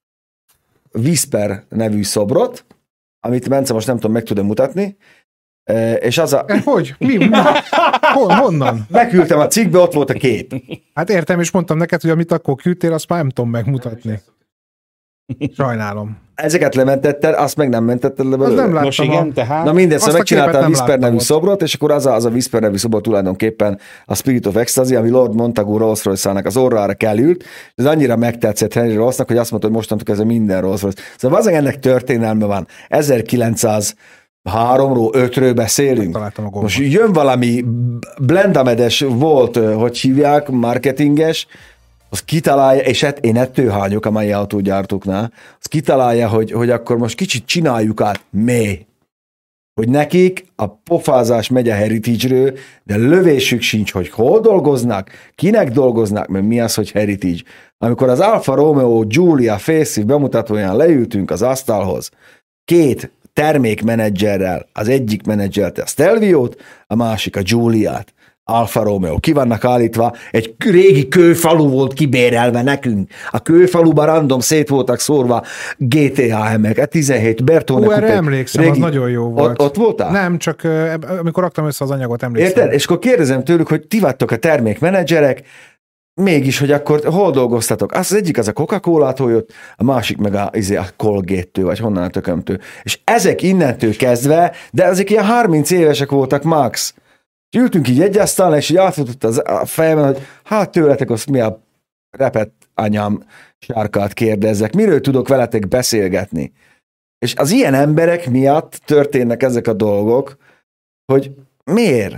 Whisper nevű szobrot, amit Bence most nem tudom, meg tudom mutatni, és az a... Hogy? Mi? Honnan? Megküldtem a cikkbe, ott volt a kép. Hát értem, és mondtam neked, hogy amit akkor küldtél, azt már nem tudom megmutatni. Sajnálom. Ezeket lementetted, azt meg nem mentetted le Az nem belőle. láttam. Nos igen, tehát... Na mindegy, szóval Azt a megcsinálta képet a nem Whisper láttam nevű ott. szobrot, és akkor az a Whisper nevű szobor tulajdonképpen a Spirit of Ecstasy, ami Lord Montagu Rolls-Royce-ának az orrára került, ez annyira megtetszett Henry Rossnak, hogy azt mondta, hogy mostantól kezdve minden Rolls-Royce. Szóval az ennek történelme van. 1903-ról, 5-ről beszélünk. Találtam a gombot. Most jön valami blendamedes volt, hogy hívják, marketinges, az kitalálja, és hát én ettől hányok a mai autógyártóknál, az kitalálja, hogy akkor most kicsit csináljuk át mély. Hogy nekik a pofázás megy a Heritage-ről, de lövésük sincs, hogy hol dolgoznak, kinek dolgoznak, mert mi az, hogy Heritage. Amikor az Alfa Romeo Giulia facelift bemutatóján leültünk az asztalhoz, 2 termékmenedzserrel, az egyik menedzselte a Stelviót, a másik a Giuliát. Alfa Romeo, ki vannak állítva, egy régi kőfalu volt kibérelve nekünk. A kőfaluban random szét voltak szórva GTH-emek, 17 Bertone Erre kupék. emlékszem, az nagyon jó volt. Ott voltál? Nem, csak amikor raktam össze az anyagot, emlékszem. Érted? És akkor kérdezem tőlük, hogy ti vagytok a termékmenedzserek, mégis, hogy akkor hol dolgoztatok? Az egyik az a Coca-Colától jött, a másik meg a Colgate-től, vagy honnan a tökömtől. És ezek innentől kezdve, de ezek ilyen 30 évesek voltak max. És ültünk így egy asztalnál, és így átfutott a fejemben, hogy hát tőletek azt mi a repett anyám sárkát kérdezzek, miről tudok veletek beszélgetni. És az ilyen emberek miatt történnek ezek a dolgok, hogy miért?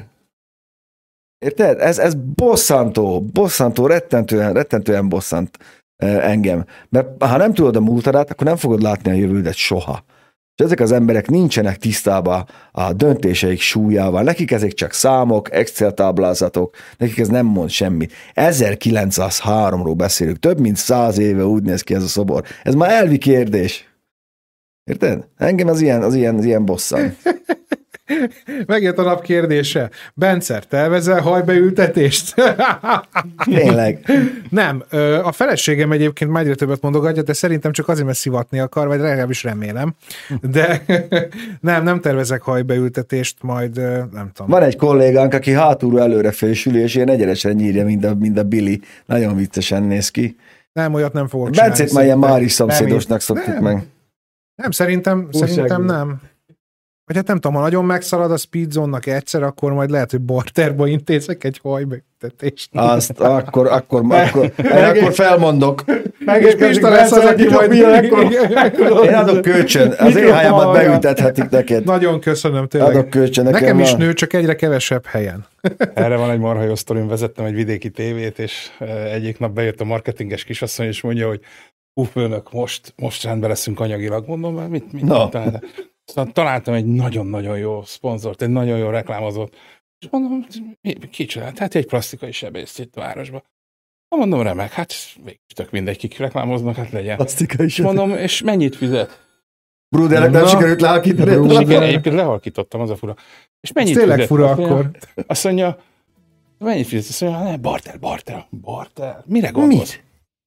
Érted? Ez bosszantó, rettentően bosszant engem. Mert ha nem tudod a múltadat, akkor nem fogod látni a jövődet soha. És ezek az emberek nincsenek tisztában a döntéseik súlyával. Nekik ezek csak számok, Excel táblázatok, nekik ez nem mond semmit. 1903-ról beszélünk, több mint 100 éve úgy néz ki ez a szobor. Ez már elvi kérdés. Érted? Engem az ilyen bosszant. Megjött a nap kérdése. Bence, tervezel hajbeültetést? Tényleg. Nem, a feleségem egyébként már egyre többet mondogatja, de szerintem csak azért, mert szivatni akar, vagy legalábbis remélem. De nem tervezek hajbeültetést, majd nem tudom. Van egy kollégánk, aki hátulról előre fésül, és ilyen egyenesen nyírja, mint a Billy. Nagyon viccesen néz ki. Nem, olyat nem fogok csinálni. Bencét már ilyen szerintem. Máris szomszédosnak szoktuk Nem. meg. Nem, szerintem nem. Vagy hát nem tudom, ha nagyon megszalad a Speedzone-nak egyszer, akkor majd lehet, hogy barterba intézek egy hajbegtetést. Azt akkor felmondok. Meg és Pista lesz az, aki majd Én adok kölcsön, az én hájamat beültethetik neked. Nagyon köszönöm, tényleg. Adok kölcsön Nekem is nő, csak egyre kevesebb helyen. Erre van egy marha jó sztorim, vezettem egy vidéki tévét, és egyik nap bejött a marketinges kisasszony, és mondja, hogy főnök, most rendben leszünk anyagilag. Mondom, már mit No. Aztán találtam egy nagyon-nagyon jó szponzort, egy nagyon jó reklámozót. És mondom, ki csinált? Hát egy plastikai sebészt itt a városban. Mondom, remek, hát végig tök mindegy, kik reklámoznak, hát legyen. Plastikai És mondom, és mennyit fizet? Bruderek nem sikerült lehalkítani. Igen, egyébként lehalkítottam, az a fura. És mennyit tényleg fizet? fura akkor. Azt mondja, mennyit fizet? Azt mondja, ne, barter. Mire gondolsz?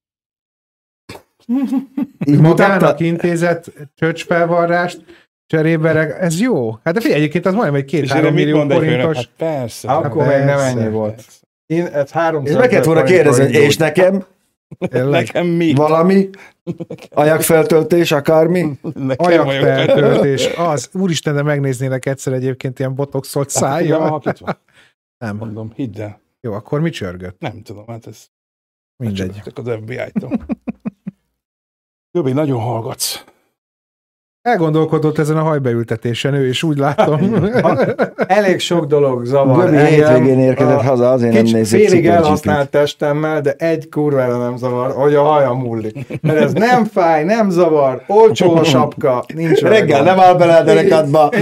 Magának intézett csöcsfelvarrást, cserébe, ez jó. Hát de figyelj, egyébként az majdnem egy 2-3 millió forintos. Hát persze. Akkor még nem ennyi volt. Én ez 300 És meg kellett volna kérdezni, hogy és nekem Nekem mi? valami ajakfeltöltés, akármi. Ajakfeltöltés, az. Úristen, de megnéznélek egyszer egyébként ilyen botoxolt szájjal. Nem. Mondom, hidd el. Jó, akkor mi csörgött? Nem tudom, hát ez Mindegy. az FBI-tól. Göbi, nagyon hallgatsz. Elgondolkodott ezen a hajbeültetésen ő, és úgy látom. Elég sok dolog zavar. Göbi hétvégén érkezett haza, azért nem nézzük félig elhasznált testemmel, de egy kurvára nem zavar, hogy a hajam hullik. Mert ez nem fáj, nem zavar, olcsó a sapka, nincs vele Reggel gond. nem áll bele a derekadba.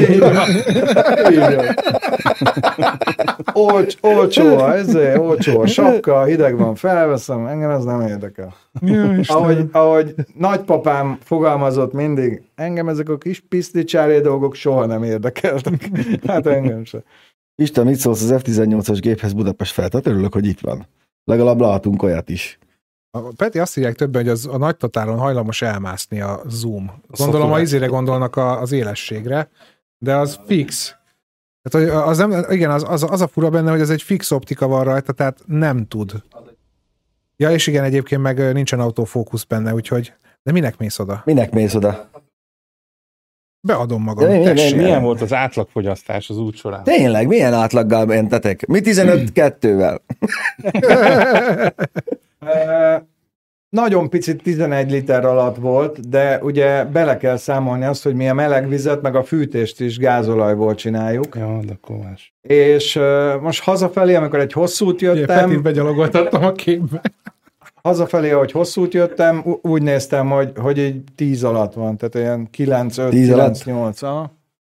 Olcsó a sapka, hideg van, felveszem, engem ez nem érdekel. Ahogy nagypapám fogalmazott mindig, engem ezek a kis piszlicsári dolgok soha nem érdekeltek. Hát engem sem. Isten, mit szólsz az F-18-as géphez Budapest feltett? Örülök, hogy itt van. Legalább látunk olyat is. A Peti azt írják többen, hogy a nagy totálon hajlamos elmászni a zoom. Gondolom, az izére gondolnak az élességre, de az fix. Tehát, az nem, igen, az a fura benne, hogy ez egy fix optika van rajta, tehát nem tud. Ja, és igen, egyébként meg nincsen autofókusz benne, úgyhogy de minek mész oda? Minek mész oda? Beadom magam. Milyen volt az átlagfogyasztás az út során? Tényleg, milyen átlaggal mentetek? Mi 15-2-vel? Nagyon picit 11 liter alatt volt, de ugye bele kell számolni azt, hogy mi a melegvizet, meg a fűtést is gázolajból csináljuk. Ja, de akkor más. És most hazafelé, amikor egy hosszút jöttem... Petit begyalogoltattam a képbe. Hazafelé, ahogy hosszút jöttem, úgy néztem, hogy egy 10 alatt van, tehát olyan 9-5, 9-8.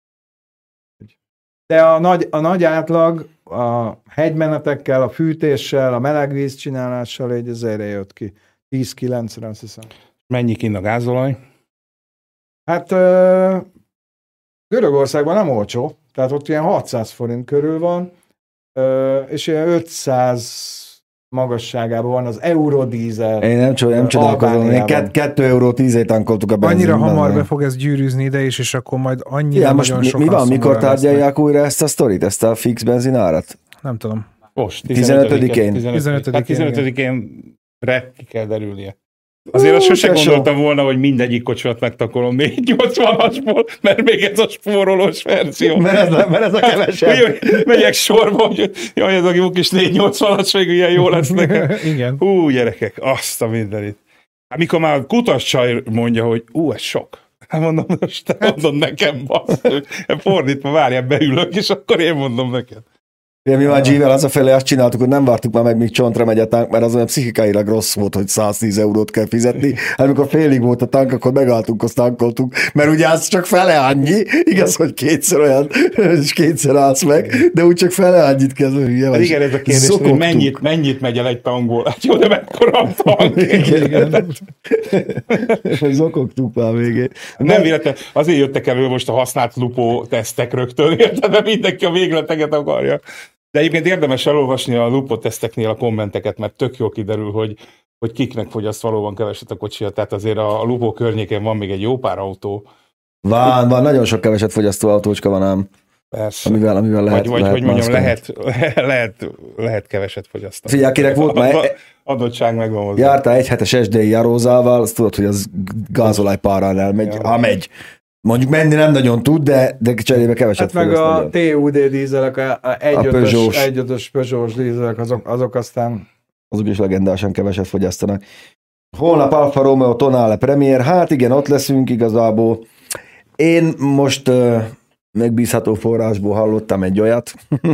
De a nagy átlag a hegymenetekkel, a fűtéssel, a melegvíz csinálással egy ezerre jött ki. 10-9-re, azt hiszem. Mennyi kinn a gázolaj? Hát Görögországban nem olcsó, tehát ott ilyen 600 forint körül van, és ilyen 500 magasságában van az eurodízel. Én nem csodálkozom, én 2 euró 10-ét tankoltuk a benzinben. Annyira hamar be fog ez gyűrűzni ide is, és akkor majd annyira nagyon sokan mi van, mikor tárgyalják újra ezt a sztorit, ezt a fix benzinárat? Nem tudom. Most, 15-én. 15-én ki kell derülnie. Azért azt sose gondoltam volna, hogy mindegyik kocsimat megtakolom 480-asból, mert még ez a spórolós verzió. Mert ez a kevesebb. Megyek sorba, hogy jaj, ez a jó kis 480-as még ilyen jó lesz nekem. Igen. Hú, gyerekek, azt a mindenit. Amikor már a kutas csaj mondja, hogy ez sok. Hát mondom, most te mondod nekem, basszú. Fordítva, várjál, beülök, és akkor én mondom neked. Mi már G-vel hazafelé azt csináltuk, hogy nem vártuk már meg, míg csontra megy a tank, mert az olyan pszichikailag rossz volt, hogy 110 eurót kell fizetni. Hát amikor félig volt a tank, akkor megálltunk, azt tankoltunk, mert ugye az csak fele annyi, igaz, hogy kétszer olyan, és kétszer állsz meg, de úgy csak fele annyit kell, hogy hülye vagy. Igen, ez a kérdés, hogy mennyit megy el egy tankból. Hát jó, de mekkora a tank? Igen. Zokogtuk már végén. Nem véletlen, azért jöttek elő most a használt lupó tesztek rögtön, érted? Mert mindenki a végleteket akarja. De egyébként érdemes elolvasni a lupó teszteknél a kommenteket, mert tök jól kiderül, hogy kiknek fogyaszt valóban keveset a kocsia. Tehát azért a lupó környékén van még egy jó pár autó. Van, nagyon sok keveset fogyasztó autócska van ám. Persze. Amivel lehet. Vagy hogy mondjam, lehet keveset fogyasztani. Figyelj, akinek volt már... Adottság megvan hozzá. Jártál egy hetes SDI Jarózával, azt tudod, hogy az gázolajpárral elmegy, ha megy. Mondjuk menni nem nagyon tud, de cserébe keveset Hát meg a fogyaszt. TUD dízelek, a 1.5-ös Peugeot-os dízelek, azok aztán... Azok is legendásan keveset fogyasztanak. Holnap Alfa Romeo Tonale Premier, hát igen, ott leszünk igazából. Én most megbízható forrásból hallottam egy olyat.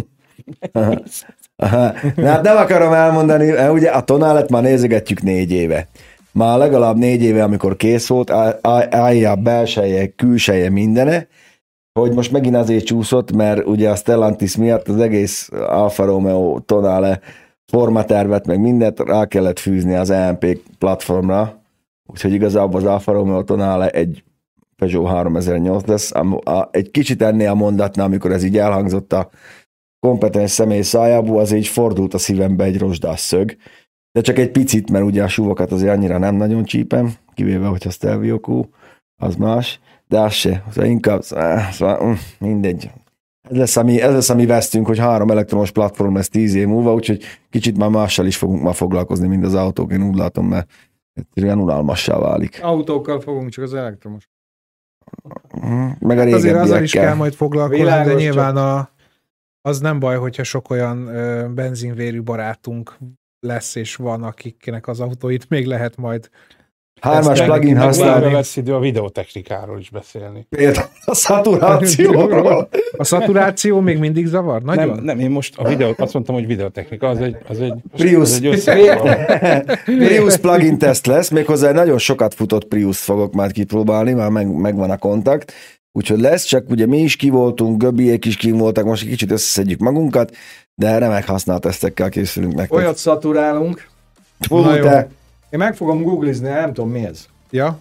Hát nem akarom elmondani, ugye a Tonalet már nézegetjük 4 éve. Már legalább 4 éve, amikor kész volt, állja belseje, külseje, mindene, hogy most megint azért csúszott, mert ugye a Stellantis miatt az egész Alfa Romeo Tonale formatervet, meg mindent rá kellett fűzni az EMP platformra, úgyhogy igazából az Alfa Romeo Tonale egy Peugeot 3008 lesz. Egy kicsit ennél a mondatnál, amikor ez így elhangzott a kompetens személy szájából, az így fordult a szívembe egy rozsdás szög. De csak egy picit, mert ugye a súvokat azért annyira nem nagyon csípem, kivéve, hogyha Stelvio-Q, az más, de az se, az inkább, mindegy. Ez lesz, ami vesztünk, hogy 3 elektromos platform lesz 10 év múlva, úgyhogy kicsit már mással is fogunk már foglalkozni, mint az autók, én úgy látom, mert ilyen unalmassá válik. Autókkal fogunk, csak az elektromos. Meg a azért azzal is kell majd foglalkozni, Világos, de nyilván az nem baj, hogyha sok olyan benzinvérű barátunk lesz, és van, akiknek az autóit még lehet majd 3-as plugin használni. Lesz idő a videótechnikáról is beszélni. Például a szaturációról. A szaturáció még mindig zavar? Nagyon? Nem, én most azt mondtam, hogy videótechnika, az egy Prius. Az egy Prius plugin test lesz, méghozzá nagyon sokat futott Prius fogok már kipróbálni, már megvan a kontakt, úgyhogy lesz, csak ugye mi is ki voltunk, Göbiék is ki voltak, most egy kicsit összeszedjük magunkat, de remek használt tesztekkel készülünk nektek. Olyat szaturálunk. Én meg fogom googlizni, nem tudom mi ez. Ja?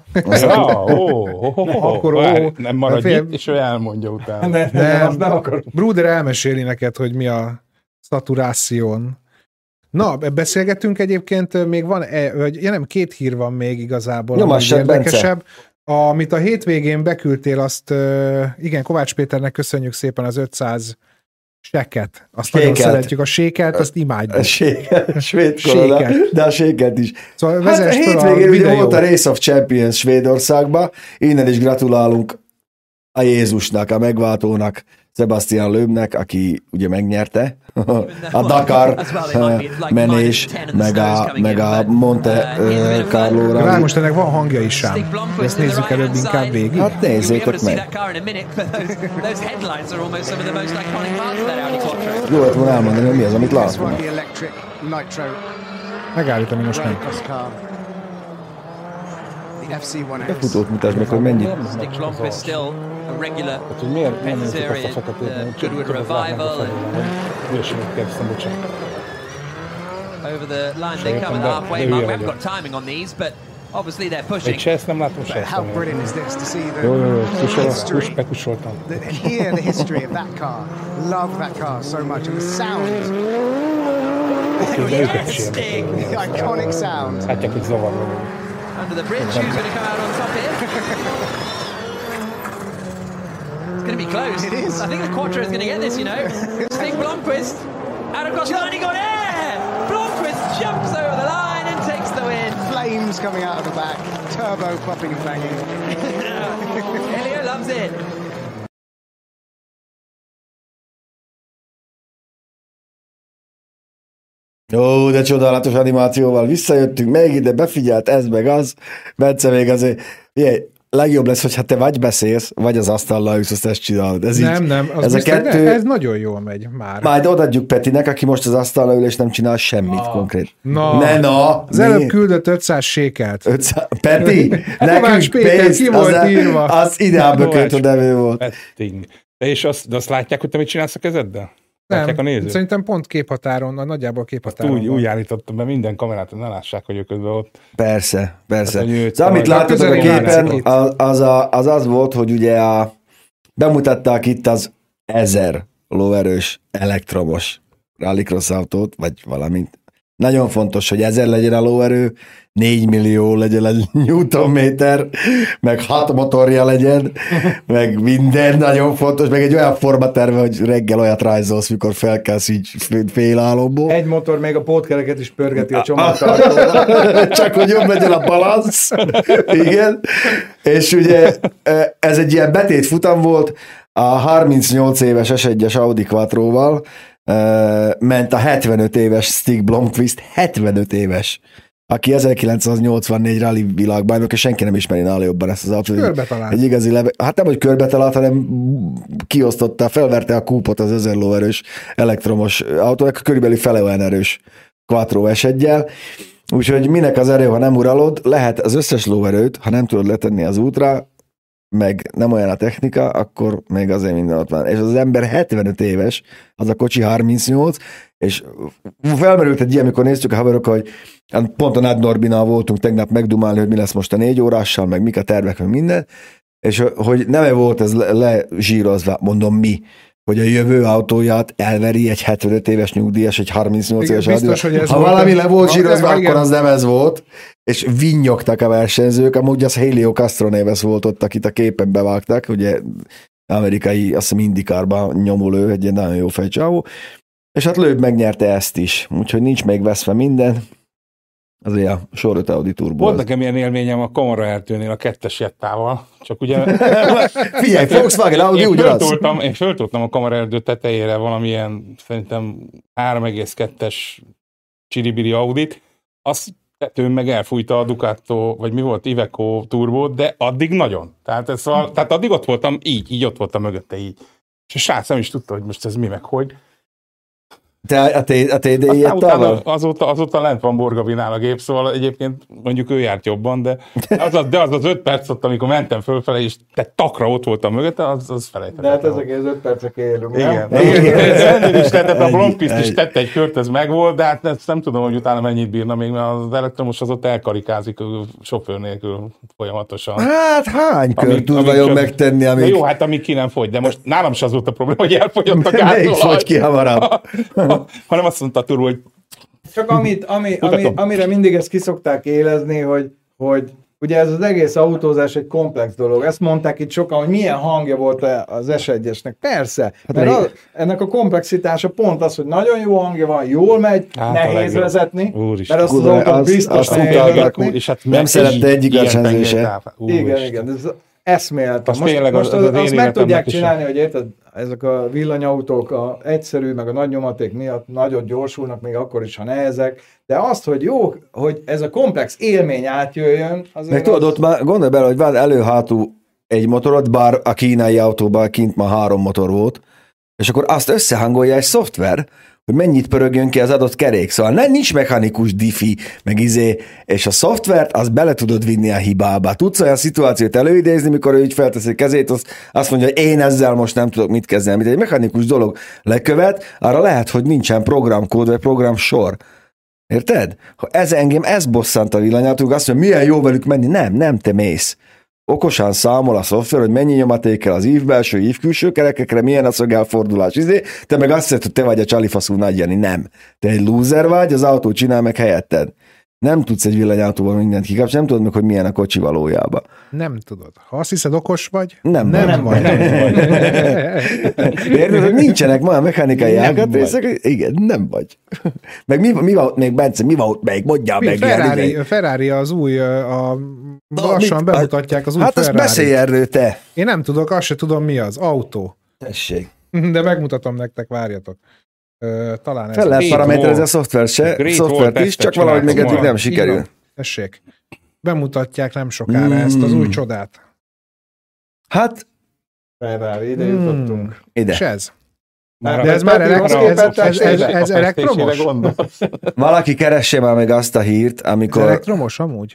Akkor nem maradj itt, és ő elmondja utána. Nem, nem akarom. Bruder elmeséli neked, hogy mi a szaturáción. Na, beszélgettünk egyébként, még van, nem, 2 hír van még igazából. Nyomassad, érdekesebb. Amit a hétvégén beküldtél, azt igen, Kovács Péternek köszönjük szépen az 500 seket. Azt nagyon szeretjük, a sékelt, azt imádjuk. Svéd koroda, de a séket is. Szóval hát a hétvégén ugye volt a Race of Champions Svédországba, innen is gratulálunk a Jézusnak, a megváltónak, Sebastian Loebnek, aki ugye megnyerte a Dakar menés, meg a Monte Carlo-ra. Vár, most ennek van hangja is ám. Ezt nézzük előbb inkább végig. Hát nézzétek meg. Jó lett volna elmondani, hogy mi az, amit látunk. Megállítani most nem. A futót mutasd meg, hogy mennyit. Stig Blomqvist still a regular hogy miért nem competitor azt a in feketét, the Goodwood Revival. Over the line, they come at halfway mark. We haven't got timing on these, but obviously they're pushing. Egy csesz nem látom, se How brilliant is this to see the Jó, history, bekusoltam. and hear the history of that car. Love that car so much, and the sound, Yes, Stig! the iconic sound. Látják, hogy zavarva. Under the bridge, who's going to come out on top here? It's going to be close. It is. I think the Quattro is going to get this, you know. Stig Blomqvist out across the line, he got air! Blomqvist jumps over the line and takes the win. Flames coming out of the back, turbo popping and banging. Elio loves it. Ó, de csodálatos animációval visszajöttünk, még ide befigyelt, ez meg az. Bence még azért, legjobb lesz, hogyha te vagy beszélsz, vagy az asztallal ülsz, azt ezt csinálod. Ez Nem, az ez a kettő... ez nagyon jól megy már. Majd odaadjuk Petinek, aki most az asztallal ül, és nem csinál semmit konkrét. Az előbb küldött 500 sékelt. 500... Peti, nekünk Péter, pénzt, ki volt írva? Az ideábökölt a nevő volt. Petting. És de azt látják, hogy te mit csinálsz a kezeddel? Látják a nézők? Szerintem pont képhatáron, nagyjából képhatáron. Úgy állítottam be minden kamerát, hogy ne lássák, hogy ő közben ott. Persze. Hát, De amit láttatok a képen, az volt, hogy ugye bemutatták itt az 1000 lóerős elektromos rallycross autót, vagy valamint. Nagyon fontos, hogy 1000 legyen a lóerő, 4 millió legyen a newtonméter, meg 6 motorja legyen, meg minden nagyon fontos, meg egy olyan formaterve, hogy reggel olyat rajzolsz, mikor felkelsz így félálomból. Egy motor még a pótkereket is pörgeti a csomagtartóval. Csak hogy jobb legyen a balansz. Igen. És ugye ez egy ilyen betétfutam volt, a 38 éves S1-es Audi Quattro-val ment a 75 éves Stig Blomqvist, 75 éves, aki 1984 rally világbajnok, és senki nem ismeri nála jobban ezt az autót. Körbe talált. Egy igazi hát nem, hogy körbe talált, hanem kiosztotta, felverte a kúpot az 1000 lóerős elektromos autónak, körülbelül fele olyan erős Quattro S1-jel. Úgyhogy minek az erő, ha nem uralod, lehet az összes lóerőt, ha nem tudod letenni az útra, meg nem olyan a technika, akkor még azért minden ott van. És az ember 75 éves, az a kocsi 38, és felmerült egy ilyen, amikor néztük a haverokkal, hogy pont a Nagy Norbinál voltunk tegnap megdumálni, hogy mi lesz most a 4 órással, meg mik a tervek, meg minden, és hogy nem volt ez lezsírozva, mondom mi, hogy a jövő autóját elveri egy 75 éves nyugdíjas, egy 38 éves biztos, hogy ez ha valami le volt zsírozva, akkor az nem ez volt, és vinnyogtak a versenyzők, amúgy az Helio Castroneves volt ott, akit a képen bevágtak, ugye amerikai, azt hiszem IndyCarban nyomul ő, egy ilyen nagyon jó fejcsávó, és hát Loeb megnyerte ezt is, úgyhogy nincs még veszve minden, azért a Sor Audi Turbo. Volt nekem ilyen élményem a Kamara Erdőnél a 2-es Jettával, csak ugye... Figyelj, Volkswagen Audi ugyanaz. Én föltoltam a Kamara Erdő tetejére valamilyen, szerintem 3,2-es csiribiri Audit, azt tetőn meg elfújta a Ducato, vagy mi volt, Iveco turbót, de addig nagyon. Tehát addig ott voltam így ott voltam mögötte így. És a srác nem is tudta, hogy most ez mi meg hogy. Te a TDI Jettával? Azóta lent van Borgavinál a gép, szóval egyébként mondjuk ő járt jobban, de az 5 perc ott, amikor mentem fölfele, és te takra ott voltam mögötte, az felejtettem. De hát ezek az 5 percek élünk, igen. nem? A Blomqvist is tette egy kört, ez megvolt, de hát ezt nem tudom, hogy utána mennyit bírna még, mert az elektromos az ott elkarikázik sofőr nélkül folyamatosan. Hát hány kört tud vajon megtenni, amíg... Jó, hát amíg ki nem fogy, de most nálam is az volt a probléma, hogy elfogyott a gázolaj. Még fogy ki hamarabb. Hanem azt mondta a turbo, hogy... Csak amire mindig ezt kiszokták élezni, hogy ugye ez az egész autózás egy komplex dolog. Ezt mondták itt sokan, hogy milyen hangja volt az S1-esnek. Persze, mert ennek a komplexitása pont az, hogy nagyon jó hangja van, jól megy, nehéz vezetni, mert azt az autót biztos nehéz vezetni. Nem szerette egyik versenyzése. Igen, ez eszméletlen. Most azt meg tudják csinálni, hogy érted, ezek a villanyautók egyszerű, meg a nagy nyomaték miatt nagyon gyorsulnak, még akkor is, ha nehezek, de azt, hogy jó, hogy ez a komplex élmény átjöjjön, azért meg tudod, ott már gondolj bele, hogy van elő-hátul egy motorod, bár a kínai autóban kint már 3 motor volt, és akkor azt összehangolja egy szoftver, hogy mennyit pörögjön ki az adott kerék. Szóval nincs mechanikus diffi, meg és a szoftvert azt bele tudod vinni a hibába. Tudsz olyan szituációt előidézni, mikor ő így felteszi kezét, azt mondja, hogy én ezzel most nem tudok mit kezdeni. Mint egy mechanikus dolog lekövet, arra lehet, hogy nincsen programkód, vagy programsor. Érted? Ha ez bosszant a villanyautók, azt mondja, milyen jó velük menni. Nem, te mész. Okosan számol a szoftver, hogy mennyi nyomaték kell az ívbelső, ívkülső kerekekre, milyen a szögelfordulás, te meg azt hiszed, hogy te vagy a csalifaszú Nagy Jani. Nem. Te egy lúzer vagy, az autó csinál meg helyetted. Nem tudsz egy villanyautóban mindent kikapcsolni, nem tudod meg, hogy milyen a kocsi valójában. Nem tudod. Ha azt hiszed, okos vagy, nem vagy. Érted, hogy nincsenek ma a mechanikai alkatrészek? Igen, nem vagy. Meg mi van ott még, Bence, mi van ott még? Mondjál meg. Ferrari az új, lassan bemutatják az új Ferrari. Hát azt beszélj erről te. Én nem tudok, azt se tudom mi az. Autó. Tessék. De megmutatom nektek, várjatok. Talán ez. Fel lehet paraméterezni a szoftvert is, csak valahogy még eddig nem sikerül. Tessék. Bemutatják nem sokára ezt az új csodát. Hát. Ferrari, ide jutottunk. Ide. És ez. De ez már elektromos? Valaki keresse már meg azt a hírt, amikor... Ez elektromos amúgy?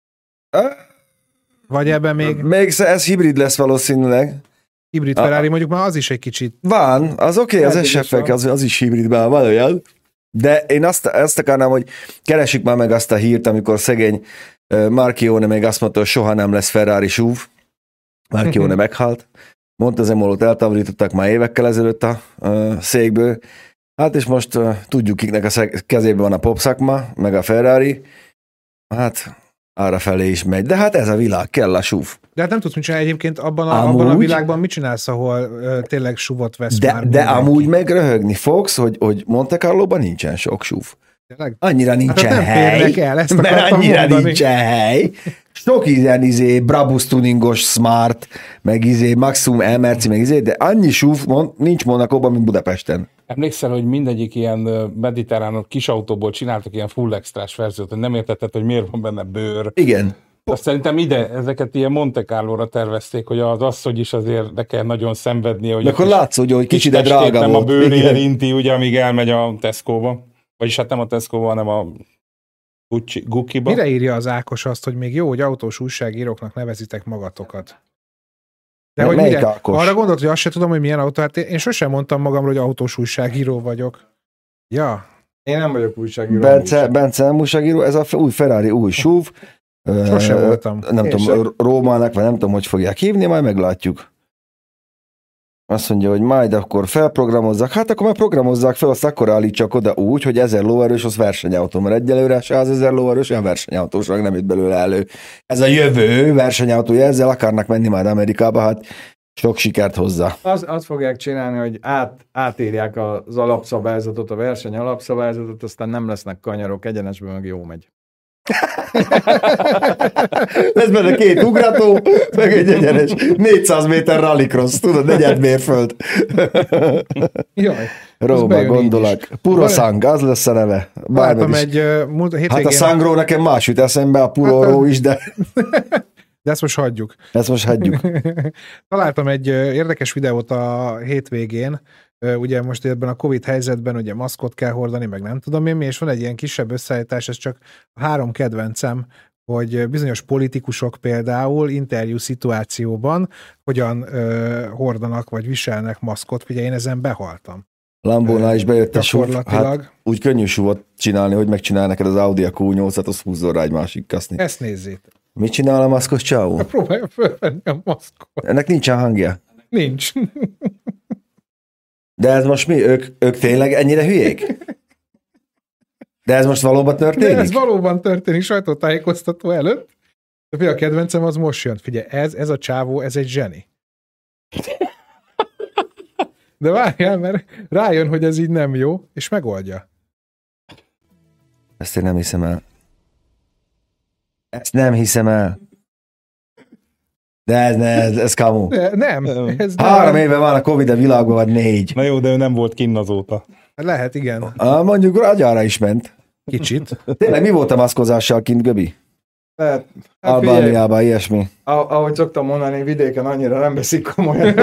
Vagy ebben még... Még ez hibrid lesz valószínűleg. Hibrid Ferrari, mondjuk már az is egy kicsit... Van, az oké, az SF-ek, az is hibridben van olyan. De én azt akarnám, hogy keressük már meg azt a hírt, amikor szegény Marchione még azt mondta, hogy soha nem lesz Ferrari SUV. Marchione meghalt. Montezemolót eltávolították már évekkel ezelőtt a székből, Hát és most tudjuk, kiknek a kezében van a popszakma, meg a Ferrari, hát arra felé is megy. De hát ez a világ, kell a SUV. De hát nem tudsz mit csinálni egyébként abban a világban, mit csinálsz, ahol tényleg SUV-ot vesz már De amúgy meg röhögni fogsz, hogy Monte Carlóban nincsen sok SUV. Tényleg? Annyira nincsen nem hely. El, ezt mert annyira mondani. nincsen hely. Sok ilyen Brabus tuningos Smart, meg Maximum Merci, meg de annyi SUV nincs Monakóban, mint Budapesten. Emlékszel, hogy mindegyik ilyen mediterrán kis autóból csináltak ilyen full extrás verziót, hogy nem értetted, hogy miért van benne bőr. Igen. Azt szerintem ezeket ilyen Monte Carlóra tervezték, hogy az asszony is azért ne kell nagyon szenvednie, hogy akkor látszódjon, hogy kicsit de drága nem volt. A bőr érinti, ugye, amíg elmegy a Tesco-ba. Vagyis hát nem a Tesco-ba, hanem a Gucci-ba. Mire írja az Ákos azt, hogy még jó, hogy autós újságíróknak nevezitek magatokat? De hogy mire? Arra gondolt, hogy azt se tudom, hogy milyen autó. Hát én sosem mondtam magamról, hogy autós újságíró vagyok. Ja. Én nem vagyok újságíró. Bence nem újságíró, ez a új Ferrari, új SUV. Sosem voltam. Nem tudom, Rómának, vagy nem tudom, hogy fogják hívni, majd meglátjuk. Azt mondja, hogy majd akkor felprogramozzák. Hát akkor már programozzák fel, azt akkor állítsak oda úgy, hogy 1000 lóerős az versenyautó, mert egyelőre se az 1000 lóerős olyan versenyautóság nem jut belőle elő. Ez a jövő versenyautója, ezzel akarnak menni majd Amerikába, hát sok sikert hozzá. Azt fogják csinálni, hogy átírják az alapszabályzatot, a verseny alapszabályzatot, aztán nem lesznek kanyarok, egyenesben meg jó megy. Lesz benne 2 ugrató, meg egy egyenes 400 méter rallycross, tudod, negyed mérföld. Jaj, Róma, gondolak. Purosang, az lesz a neve. Láttam egy hétvégén... Hát a Sangro nekem más jut eszembe, a Puroró is, de... De ezt most hagyjuk. Találtam egy érdekes videót a hétvégén, ugye most ebben a Covid helyzetben ugye maszkot kell hordani, meg nem tudom én mi, és van egy ilyen kisebb összeállítás, ez csak 3 kedvencem, hogy bizonyos politikusok például interjú szituációban hogyan hordanak, vagy viselnek maszkot. Figyelj, én ezen behaltam. Lambónál is bejött a SUV, hát úgy könnyű SUV-ot csinálni, hogy megcsinál neked az Audi a Q8-at, az húzzon rá egy másik kaszni. Ezt nézzétek. Mit csinál a maszkos csávó? Próbálja fölvenni a maszkot. Ennek nincsen hangja. Nincs. De ez most mi? Ők tényleg ennyire hülyék? De ez most valóban történik? De ez valóban történik sajtótájékoztató előtt. De a kedvencem az most jön. Figyelj, ez a csávó, ez egy zseni. De várjál, mert rájön, hogy ez így nem jó, és megoldja. Ezt én nem hiszem el. Ezt nem hiszem el. De ez kamu. Nem. Ez 3 éve van a Covid a világban, vagy 4. Na jó, de ő nem volt kinn azóta. Lehet, igen. Mondjuk agyára is ment. Kicsit. Tényleg mi volt a maszkozással kint, Göbi? Hát Albániában, ilyesmi. Ahogy szoktam mondani, vidéken annyira nem veszik komolyan.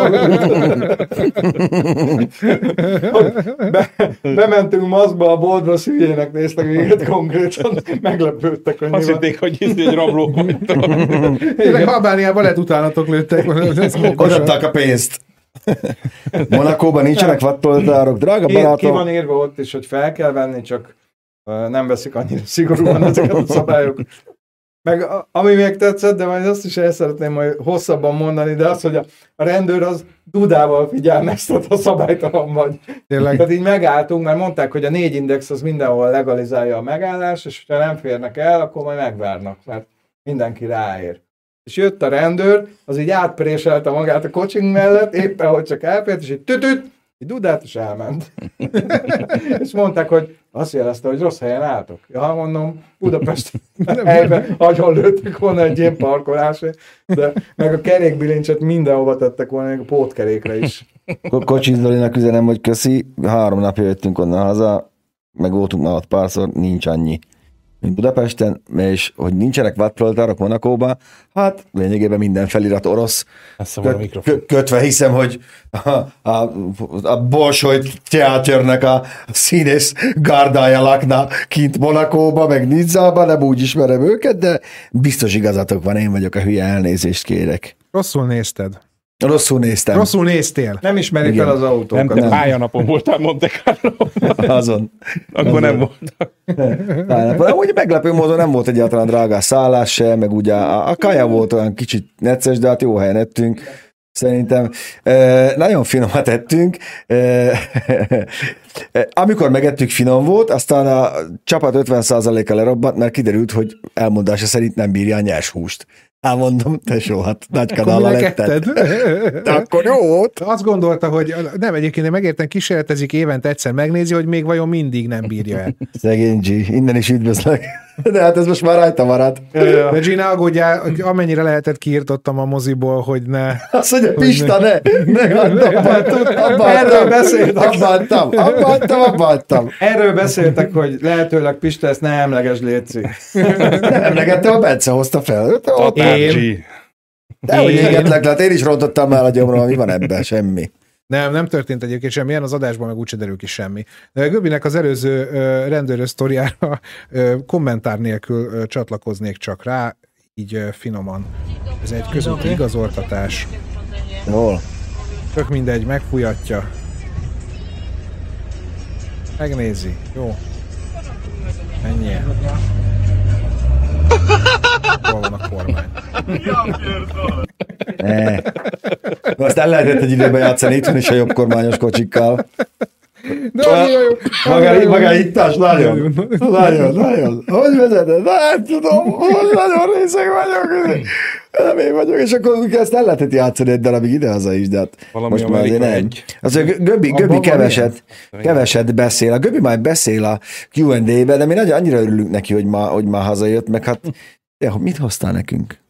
Bementünk maszkba a boltba, szüljének néztek minket konkrétan, meglepődtek. Hogy azt hitték, hogy egy rabló vagytok. Tényleg Albániában lehet utánatok lőttek. Odaadták a pénzt. Monakóban nincsenek vattoltárok, drága barátom. Ki van írva ott is, hogy fel kell venni, csak nem veszik annyira szigorúan ezeket a szabályokat. Meg ami még tetszett, de majd azt is el szeretném majd hosszabban mondani, de az, hogy a rendőr az dudával figyelmeztet, a szabálytalan vagy. Tényleg. Tehát így megálltunk, mert mondták, hogy a 4 index az mindenhol legalizálja a megállás, és ha nem férnek el, akkor majd megvárnak, mert mindenki ráér. És jött a rendőr, az így átpréselte magát a kocsink mellett, éppen hogy csak elfért, és így tütüt, így dudát, és elment. És mondták, hogy azt jelezte, hogy rossz helyen álltok. Ja, mondom, Budapest helyben agyon lőttek volna egy ilyen parkolásra, de meg a kerékbilincset mindenhova tettek volna, még a pótkerékre is. Kocsis Zolinak üzenem, hogy köszi, 3 napja jöttünk onnan haza, meg voltunk már ott párszor, nincs annyi, mint Budapesten, és hogy nincsenek wattpoltárok Monakóban, hát lényegében minden felirat orosz. Kötve hiszem, hogy a Bolshoi teáternek a színész gárdája lakna kint Monakóba, meg Nizzában, nem úgy ismerem őket, de biztos igazatok van, én vagyok a hülye, elnézést kérek. Rosszul nézted. Rosszul néztem. Rosszul néztél. Nem ismeri fel az autókat. Nem, te pályanapon voltál Monte Carlo. Azon. Akkor nem voltak. Úgy meglepő módon nem volt egyáltalán drága szállás se, meg ugye a kaja volt olyan kicsit necces, de hát jó helyen ettünk. Szerintem nagyon finomat ettünk. Amikor megettük, finom volt, aztán a csapat 50%-a lerobbant, mert kiderült, hogy elmondása szerint nem bírja a nyers húst. Mondom, tesó, hát nagy kanállal letted. De akkor jó volt. Azt gondolta, hogy nem, egyébként én megértem, kísérletezik, évente egyszer megnézi, hogy még vajon mindig nem bírja el. Szegény G, innen is üdvözlök. De hát ez most már rajta maradt. De G, ne aggódjál, amennyire lehetett kiirtottam a moziból, hogy ne... Azt mondja, Pista, ne Erről beszéltek. Abbaadtam. Erről beszéltek, hogy lehetőleg Pista, ezt ne emleges, létszik. Nem emlegette, a Bence hozta fel. Én. De hogy égetlek, hát én is rontottam el a gyomról, mi van ebben? Semmi. Nem történt egyébként semmi, ilyen az adásban meg úgyse derül ki semmi. Göbinek az előző rendőrös sztoriára kommentár nélkül csatlakoznék csak rá, így finoman. Ez egy közúti igazoltatás. Hol? Tök mindegy, megfújatja. Megnézi. Jó. Ennyi. Hol van a kormány? Azt el lehetett egy időben játszani itthon is a jobb kormányos kocsikkal. Maga ittás, nagyon. Hogy vezeted? Nem tudom, nagyon részeg vagyok. Nem én vagyok, és akkor ezt el lehetett játszani egy darabig ide-haza is, de hát valami most már azért nem. Az Göbi keveset beszél. A Göbi már beszél a Q&A-be, de mi annyira örülünk neki, hogy már hazajött, meg hát mit hoztál nekünk?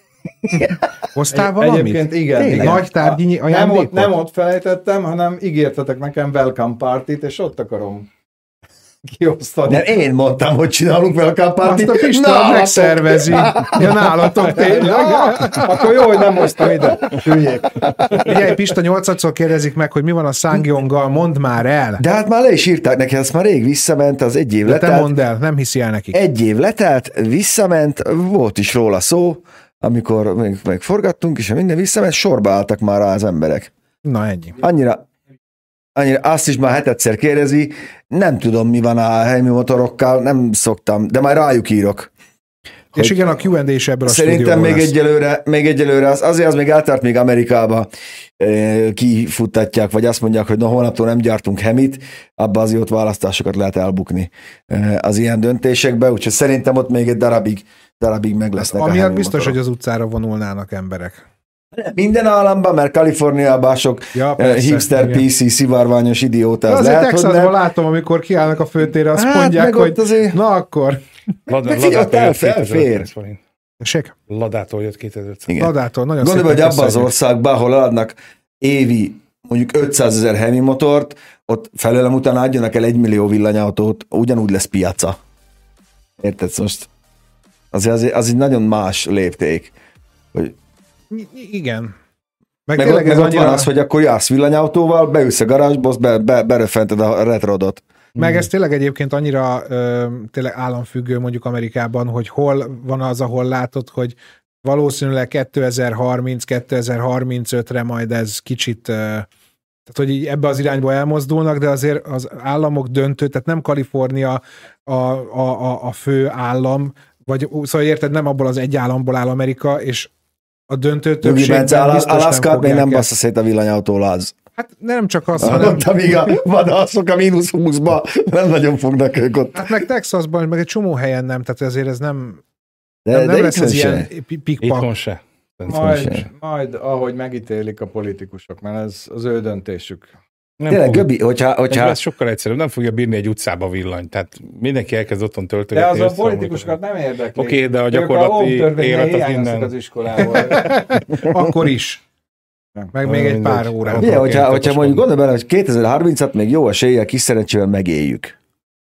Hoztál valamit? Egyébként igen. Nagy tárgyi ajándékot? Nem ott felejtettem, hanem ígértetek nekem welcome party-t, és ott akarom kiosztani. De én mondtam, hogy csinálunk welcome party-t. Azt a Pista megszervezi. Ja, nálatok tényleg. Akkor jó, hogy nem hoztam ide. Hülyék. Ugye, Pista 8-szor kérdezik meg, hogy mi van a Sangyonggal, mondd már el. De hát már le is írták neki, ezt már rég visszament, az egy év De letelt. te mondd el, nem hiszi el nekik. Egy év letelt, visszament, volt is róla szó, amikor még forgattunk, és minden visszament, sorba álltak már rá az emberek. Na, ennyi. Annyira azt is már hetedszer kérdezi, nem tudom, mi van a helyi motorokkal, nem szoktam, de majd rájuk írok. És igen, a Q&A is ebből a szerintem stúdióból még egyelőre az még eltart, még Amerikába kifuttatják, vagy azt mondják, hogy holnaptól nem gyártunk hemit, abba azért ott választásokat lehet elbukni az ilyen döntésekbe, úgyhogy szerintem ott még egy darabig meg lesznek a amiatt biztos, motorok. hogy az utcára vonulnának emberek. Minden államban, mert Kaliforniában sok hipster igen. PC szivárványos idióta. Azért lehet, Texasban látom, amikor kiállnak a főtérre, azt mondják, hogy azért... na akkor. Elfér. Ladától jött 2500. Ladától, nagyon Gondolj, hogy szépen abban az országban, ahol adnak évi mondjuk 500 000 hemi motort, ott felőlem utána adjanak el 1 millió villanyautót, ugyanúgy lesz piaca. Érted? Most az egy nagyon más lépték. Hogy... Igen. Meg ott van az, hogy akkor jársz villanyautóval, beülsz a garázsba, beröffented a retrodot. Meg ez tényleg egyébként annyira tényleg államfüggő mondjuk Amerikában, hogy hol van az, ahol látod, hogy valószínűleg 2030-2035-re majd ez kicsit, tehát hogy így ebbe az irányba elmozdulnak, de azért az államok döntő, tehát nem Kalifornia a fő állam, vagy szóval érted, nem abból az egy államból áll Amerika, és a döntő többségben biztos Alaskát még nem bassza szét a villanyautól az. Hát nem csak az, hanem... Ott, amíg a vadászok a -20-ba nem nagyon fognak ők ott. Hát meg Texasban, meg egy csomó helyen nem, tehát azért ez nem... De nem lesz az se. ilyen pikpak. Itthon se. Majd ahogy megítélik a politikusok, mert ez az ő döntésük. Tényleg, Göbi, hogyha... Ez sokkal egyszerűbb, nem fogja bírni egy utcába villany, tehát mindenki elkezd otthon töltögetni. De az a politikusokat nem érdekli. Oké, de a gyakorlati élet az minden. Az iskolából. Akkor is. Meg még egy pár órát. Ugye, hogyha mondjuk gondolj bele, hogy 2030-at még jó eséllyel kis szerencsével megéljük.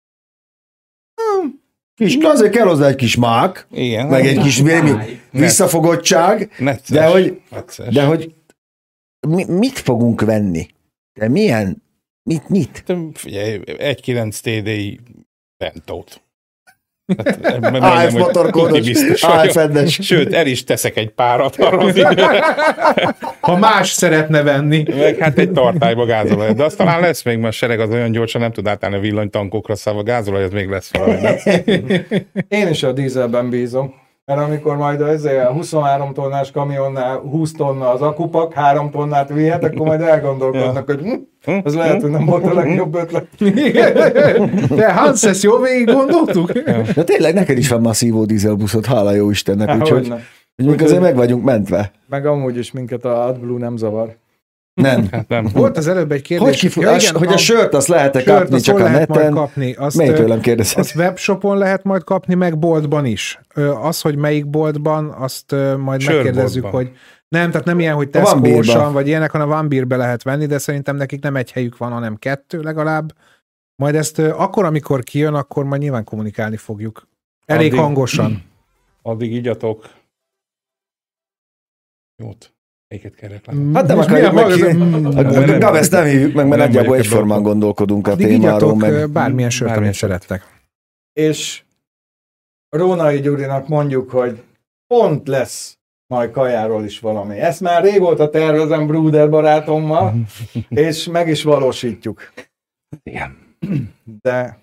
Azért kell hozzá egy kis mák, igen, meg egy kis visszafogottság, de hogy mit fogunk venni? De milyen? Mit? Figyelj, 1.9 TDI Bentót. AF motorkódos, AF eddes. Sőt, el is teszek egy párat arra az időre. Ha más szeretne venni. Meg hát egy tartályba gázolaj. De azt talán lesz még, mert a sereg az olyan gyorsan nem tud átállni a villanytankokra, szóval a gázolaj az még lesz valami. Én is a dízelben bízom. Mert amikor majd a 23 tonnás kamionnál 20 tonna az akupak, 3 tonnát vihet, akkor majd elgondolkodnak, hogy az lehet, hogy nem volt a legjobb ötlet. De Hans, ezt jól végig gondoltuk? De tényleg neked is van masszívó dízelbuszod, hála jó Istennek, úgyhogy azért meg vagyunk mentve. Meg amúgy is minket a AdBlue nem zavar. Nem. Volt az előbb egy kérdés. Hogy a sört azt lehet-e kapni csak a neten? Melyik tőlem kérdezhet? Azt webshopon lehet majd kapni, meg boltban is. Az, hogy melyik boltban, azt majd megkérdezzük, hogy nem, tehát nem ilyen, hogy Tesco-san, vagy ilyenek, hanem a Van Beerbe lehet venni, de szerintem nekik nem egy helyük van, hanem 2 legalább. Majd ezt akkor, amikor kijön, akkor majd nyilván kommunikálni fogjuk. Elég hangosan. Addig igyatok. Jót. Melyiket kell reklámozni? Hát nem akarjuk meg Gaveszt nem hívjuk meg, mert nagyjából egyformán gondolkodunk a témáról. Meg bármilyen sört, amit szerettek. És Rónai Gyurinak mondjuk, hogy pont lesz majd kajáról is valami. Ezt már régóta tervezem Bruder barátommal, és meg is valósítjuk. Igen. De...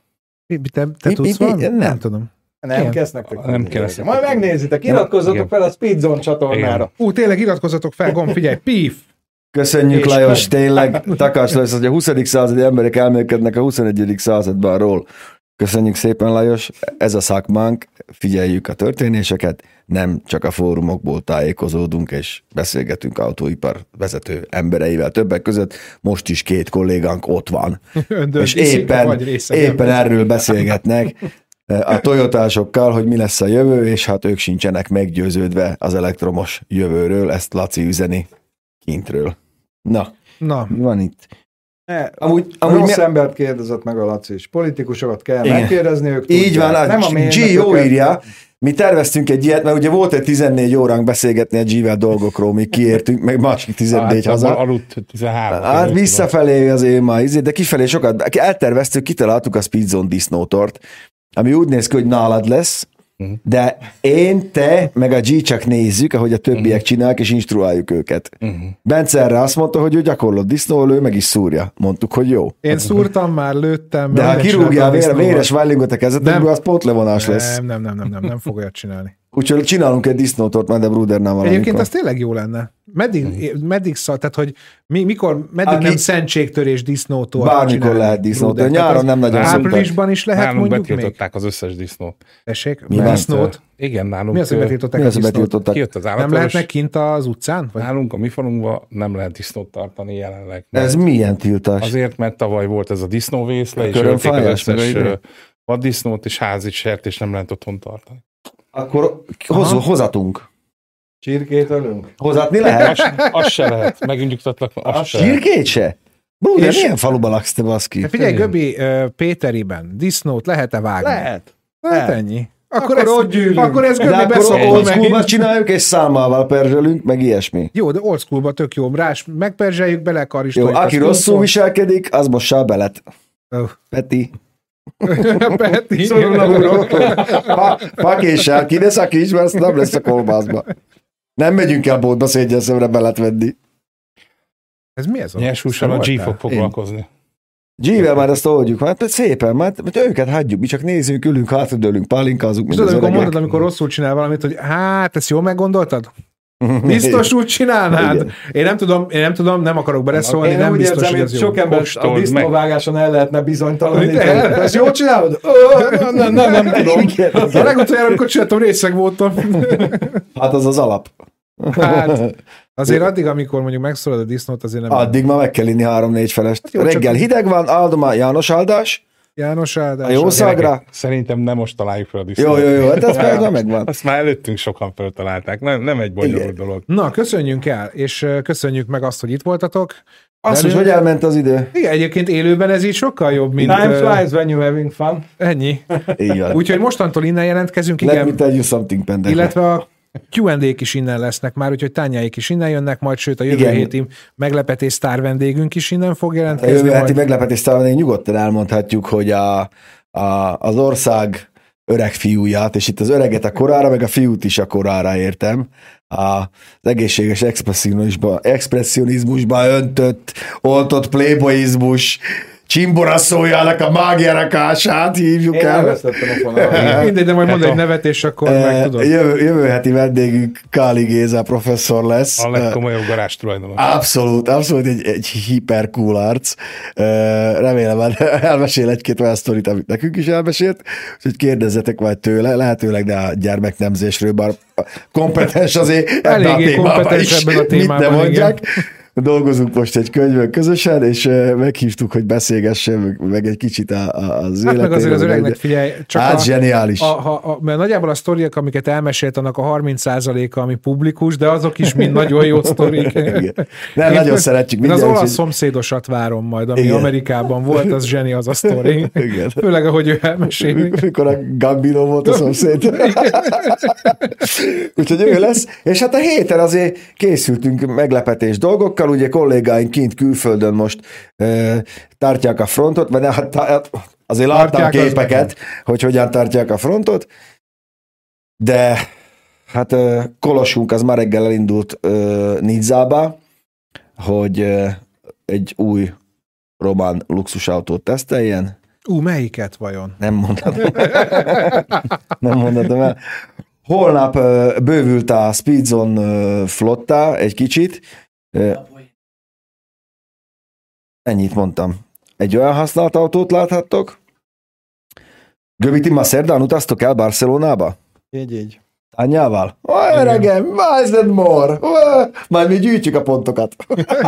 Te tudsz valami? Nem tudom. Nem kezd nektek. Nem kezd. Majd megnézitek, iratkozzatok fel a Speedzone csatornára. Tényleg iratkozzatok fel, gomb, figyelj, píf! Köszönjük, Lajos, tényleg. Takács Lajos, hogy a 20. századi emberek elmélkednek a 21. századbanról. Köszönjük szépen, Lajos. Ez a szakmánk, figyeljük a történéseket, nem csak a fórumokból tájékozódunk és beszélgetünk autóipar vezető embereivel. Többek között most is 2 kollégánk ott van. És éppen erről beszélgetnek a toyotásokkal, hogy mi lesz a jövő, és hát ők sincsenek meggyőződve az elektromos jövőről, ezt Laci üzeni kintről. Na. Mi van itt? Amúgy rossz embert kérdezett meg a Laci is. Politikusokat kell megkérdezni, ők tudják. Így van, G.O. írja, mi terveztünk egy ilyet, mert ugye volt egy 14 óránk beszélgetni a G-vel dolgokról, míg kiértünk, meg másik 14 haza. Aludt 13. Hát visszafelé azért már, de kifelé sokat. Elterveztük, kitaláltuk a Speedzone disznótort, ami úgy néz ki, hogy nálad lesz, de én, te, meg a G csak nézzük, ahogy a többiek csinálják, és instruáljuk őket. Bence erre azt mondta, hogy ő gyakorlott disznólő, meg is szúrja. Mondtuk, hogy jó. Én szúrtam már, lőttem. De ha kirúgja a véres vállingot a kezetekből, az pótlevonás lesz. Nem fog olyat csinálni. Úgyhogy csinálunk egy disznótort, majd a Brudernál valamikor. Egyébként az tényleg jó lenne. Meddig tehát, hogy meddig nem szentségtörés disznótort bármikor csinálni, lehet disznót, nyáron nem nagyon szoktak. Áprilisban is lehet nálunk mondjuk betiltották az összes disznót. Tessék? Disznót? Igen, nálunk. Mi az, hogy betiltották a disznót? Kijött az állatorvos. Nem lehetnek kint az utcán? Vagy? Nálunk a mi falunkban nem lehet disznót tartani jelenleg. Ez milyen tiltás? Azért, mert tavaly volt ez a disznóvészle, és ölték az összes vaddisznót, és házi sertést nem lehet otthon tartani. Akkor hozatunk. Csirkét ölünk? Hozatni lehet? Az se lehet. Megnyugtatlak. Csirkét se? Bruder, milyen faluban laksz te, baszki? Figyelj, Göbi, Péteriben disznót lehet-e vágni? Lehet. Ennyi. Akkor ez Göbi beszól. Old schoolban csináljuk, és számával perzselünk, meg ilyesmi. Jó, de old schoolban tök jó. Megperzseljük bele karistoljuk. Jó, aki rosszul viselkedik, az mossa a belet. Peti. Peti. Pakéssel, ki ne szakíts, mert azt nem lesz a kolbászba. Nem megyünk el boltba szégyen szemre belet venni. Ez mi ez? Nyershússal a G fog foglalkozni. G-vel már ezt oldjuk, hát szépen, mert őket hagyjuk, mi csak nézzünk, ülünk, hátradőlünk, pálinkázunk. És amikor mondod, amikor rosszul csinál valamit, hogy hát, ezt jól meggondoltad? Biztos úgy csinálnád? Igen. Én nem tudom, nem akarok beleszólni, én nem úgy biztos, érzem, hogy ez jó. sok ember a disznóvágáson el lehetne bizonytalanítani. Ezt jól csinálod? Nem tudom. A legutoljára, amikor csináltam, részeg voltam. Hát az az alap. Hát, azért addig, amikor mondjuk megszólod a disznót, azért nem... Addig már meg kell inni 3-4 felest. Hát reggel hideg van, áldom a János áldás. A jószágra. Szerintem nem most találjuk fel a disznót. Jó, hát ez már megvan. Azt már előttünk sokan feltalálták. Nem egy bonyolult dolog. Na, köszönjünk el, és köszönjük meg azt, hogy itt voltatok. Azt is, hogy elment az idő. Igen, egyébként élőben ez így sokkal jobb, mint... Time flies when you're having fun. Ennyi. Igen. Úgyhogy mostantól innen jelentkezünk. Let me tell you something, pendek. Illetve a Q&A-k is innen lesznek már, úgyhogy Tányáik is innen jönnek, majd sőt a jövő héti meglepetés sztár vendégünk is innen fog jelentkezni. A jövő héti meglepetés sztár vendég nyugodtan elmondhatjuk, hogy az ország öreg fiúját, és itt az öreget a korára, meg a fiút is a korára értem, az egészséges expresszionizmusba öntött, oltott playboyizmus Csimboraszójának a mágiarakását hívjuk Én el. elvesztettem a fonalat. Mindegy, de majd mondd egy nevet, és akkor meg tudod. Jövő heti vendégünk Káli Géza professzor lesz. A legkomolyabb garázs tulajdonos. Abszolút egy hiper cool arc. Remélem, elmesél egy-két olyan sztorit, amit nekünk is elmesélt, úgyhogy kérdezzetek majd tőle, lehetőleg de a gyermeknemzésről, bár kompetens azért ebben a témában is. Ebben a témában, mit ne mondják. Dolgozunk most egy könyvön közösen, és meghívtuk, hogy beszélgessen meg egy kicsit az életéről. Hát meg azért az öregnek figyelj, csak zseniális. Mert nagyjából a sztoriak, amiket elmesélt, annak a 30%-a, ami publikus, de azok is mind nagyon jó sztorik. Nem, nagyon szeretjük. Én az olasz szomszédosat várom majd, ami igen. Amerikában volt, az zseni az a sztori. Igen. Főleg, ahogy ő elmeséli. Mikor a Gambino volt a szomszéd. Úgyhogy ő lesz. És hát a héten azért készültünk meglepetés dolgokkal, ugye kollégáink kint külföldön most tartják a frontot, mert hát azért láttam képeket, hogy hogyan tartják a frontot, de hát Kolosunk az már reggel elindult Nizzába, hogy egy új román luxusautót teszteljen. Melyiket vajon? Nem mondhatom el. Holnap bővült a Speedzone flotta egy kicsit. Ennyit mondtam. Egy olyan használt autót láthattok. Göbi, ti ma szerdán utaztok el Barcelonába? Így. Anyjával? Öregem, májzed mor! Majd mi gyűjtjük a pontokat.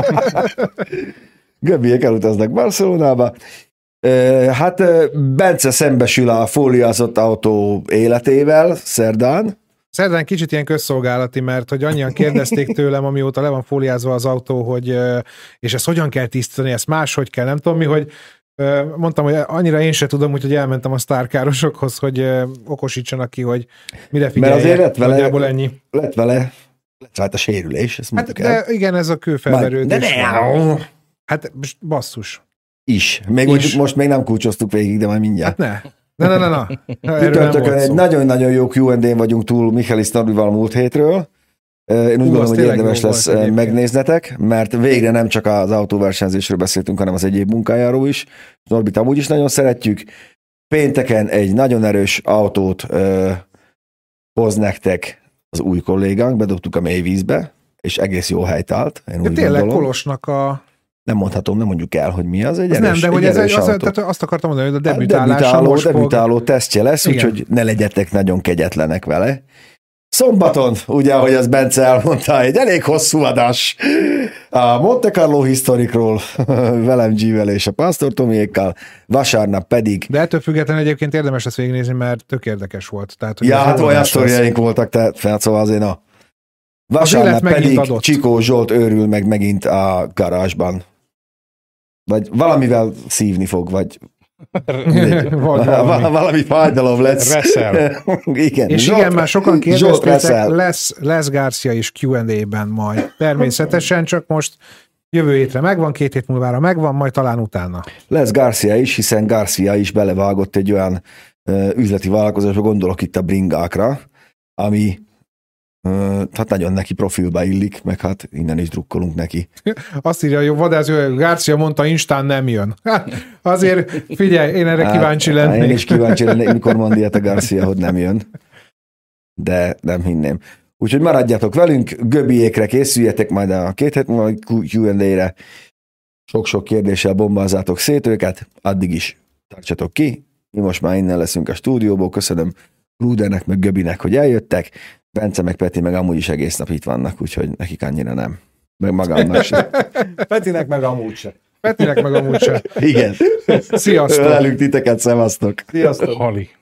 Göbiek elutaznak Barcelonába. Hát Bence szembesül a fóliázott autó életével szerdán. Szerdán kicsit ilyen közszolgálati, mert hogy annyian kérdezték tőlem, amióta le van fóliázva az autó, hogy és ezt hogyan kell tisztítani, ezt máshogy kell, nem tudom mi, hogy mondtam, hogy annyira én se tudom, úgyhogy elmentem a sztárkárosokhoz, hogy okosítsanak ki, hogy mire figyeljek. Mert azért lett vele a sérülés, ezt mondtuk el. De igen, ez a kőfelverődés. De ne! Hát basszus. Is. Most még nem kulcsoztuk végig, de majd mindjárt. Hát ne. Csütörtökön egy nagyon-nagyon jó Q&A-n vagyunk túl Michaelis Norbival múlt hétről. Én úgy gondolom, hogy érdemes lesz megnéznetek, mert végre nem csak az autóversenyzésről beszéltünk, hanem az egyéb munkájáról is. Norbit amúgy is nagyon szeretjük. Pénteken egy nagyon erős autót hoz nektek az új kollégánk, bedobtuk a mély vízbe, és egész jó helyt állt. Én úgy tényleg gondolom. Kolosnak a... Nem mondhatom, nem mondjuk el, hogy mi az. Egy ez erős, nem, de hogy ez tehát azt akartam mondani, hogy a debütáló tesztje lesz, úgyhogy ne legyetek nagyon kegyetlenek vele. Szombaton, ugye, ahogy az Bence elmondta, egy elég hosszú adás a Monte Carlo historikról, velem G-vel és a Pásztor Tomiékkal, vasárnap pedig... De ettől függetlenül egyébként érdemes ezt végignézni, mert tök érdekes volt. Tehát, ja, hát olyan sztoriaink voltak, tehát szóval azért a vasárnap pedig adott. Csikó Zsolt őrül meg megint a garázsban. Vagy valamivel szívni fog, vagy valami fájdalom lesz. Reszel. Igen. És Zsolt, igen, már sokan kérdeztétek, lesz Garcia is Q&A-ben majd. Természetesen, csak most jövő hétre megvan, 2 hét múlvára megvan, majd talán utána. Lesz Garcia is, hiszen Garcia is belevágott egy olyan üzleti vállalkozásba, gondolok itt a bringákra, ami hát nagyon neki profilba illik, meg hát innen is drukkolunk neki. Azt írja, jó vadász, Garcia mondta, Instán nem jön. Hát, azért figyelj, én erre kíváncsi lennék. Én is kíváncsi lennék, mikor mond ilyet a Garcia, hogy nem jön. De nem hinném. Úgyhogy maradjatok velünk, Göbiékre készüljetek majd a 2 hét múlva Q&A-re. Sok-sok kérdéssel bombázátok szét őket, addig is tartsatok ki. Mi most már innen leszünk a stúdióból. Köszönöm Rudernek, meg Göbinek, hogy eljöttek. Bence meg Peti meg amúgy is egész nap itt vannak, úgyhogy nekik annyira nem. Meg magamnak se. Petinek meg amúgy se. Petinek meg amúgy se. Igen. Sziasztok. Ölelünk titeket, szevasztok. Sziasztok. Hali.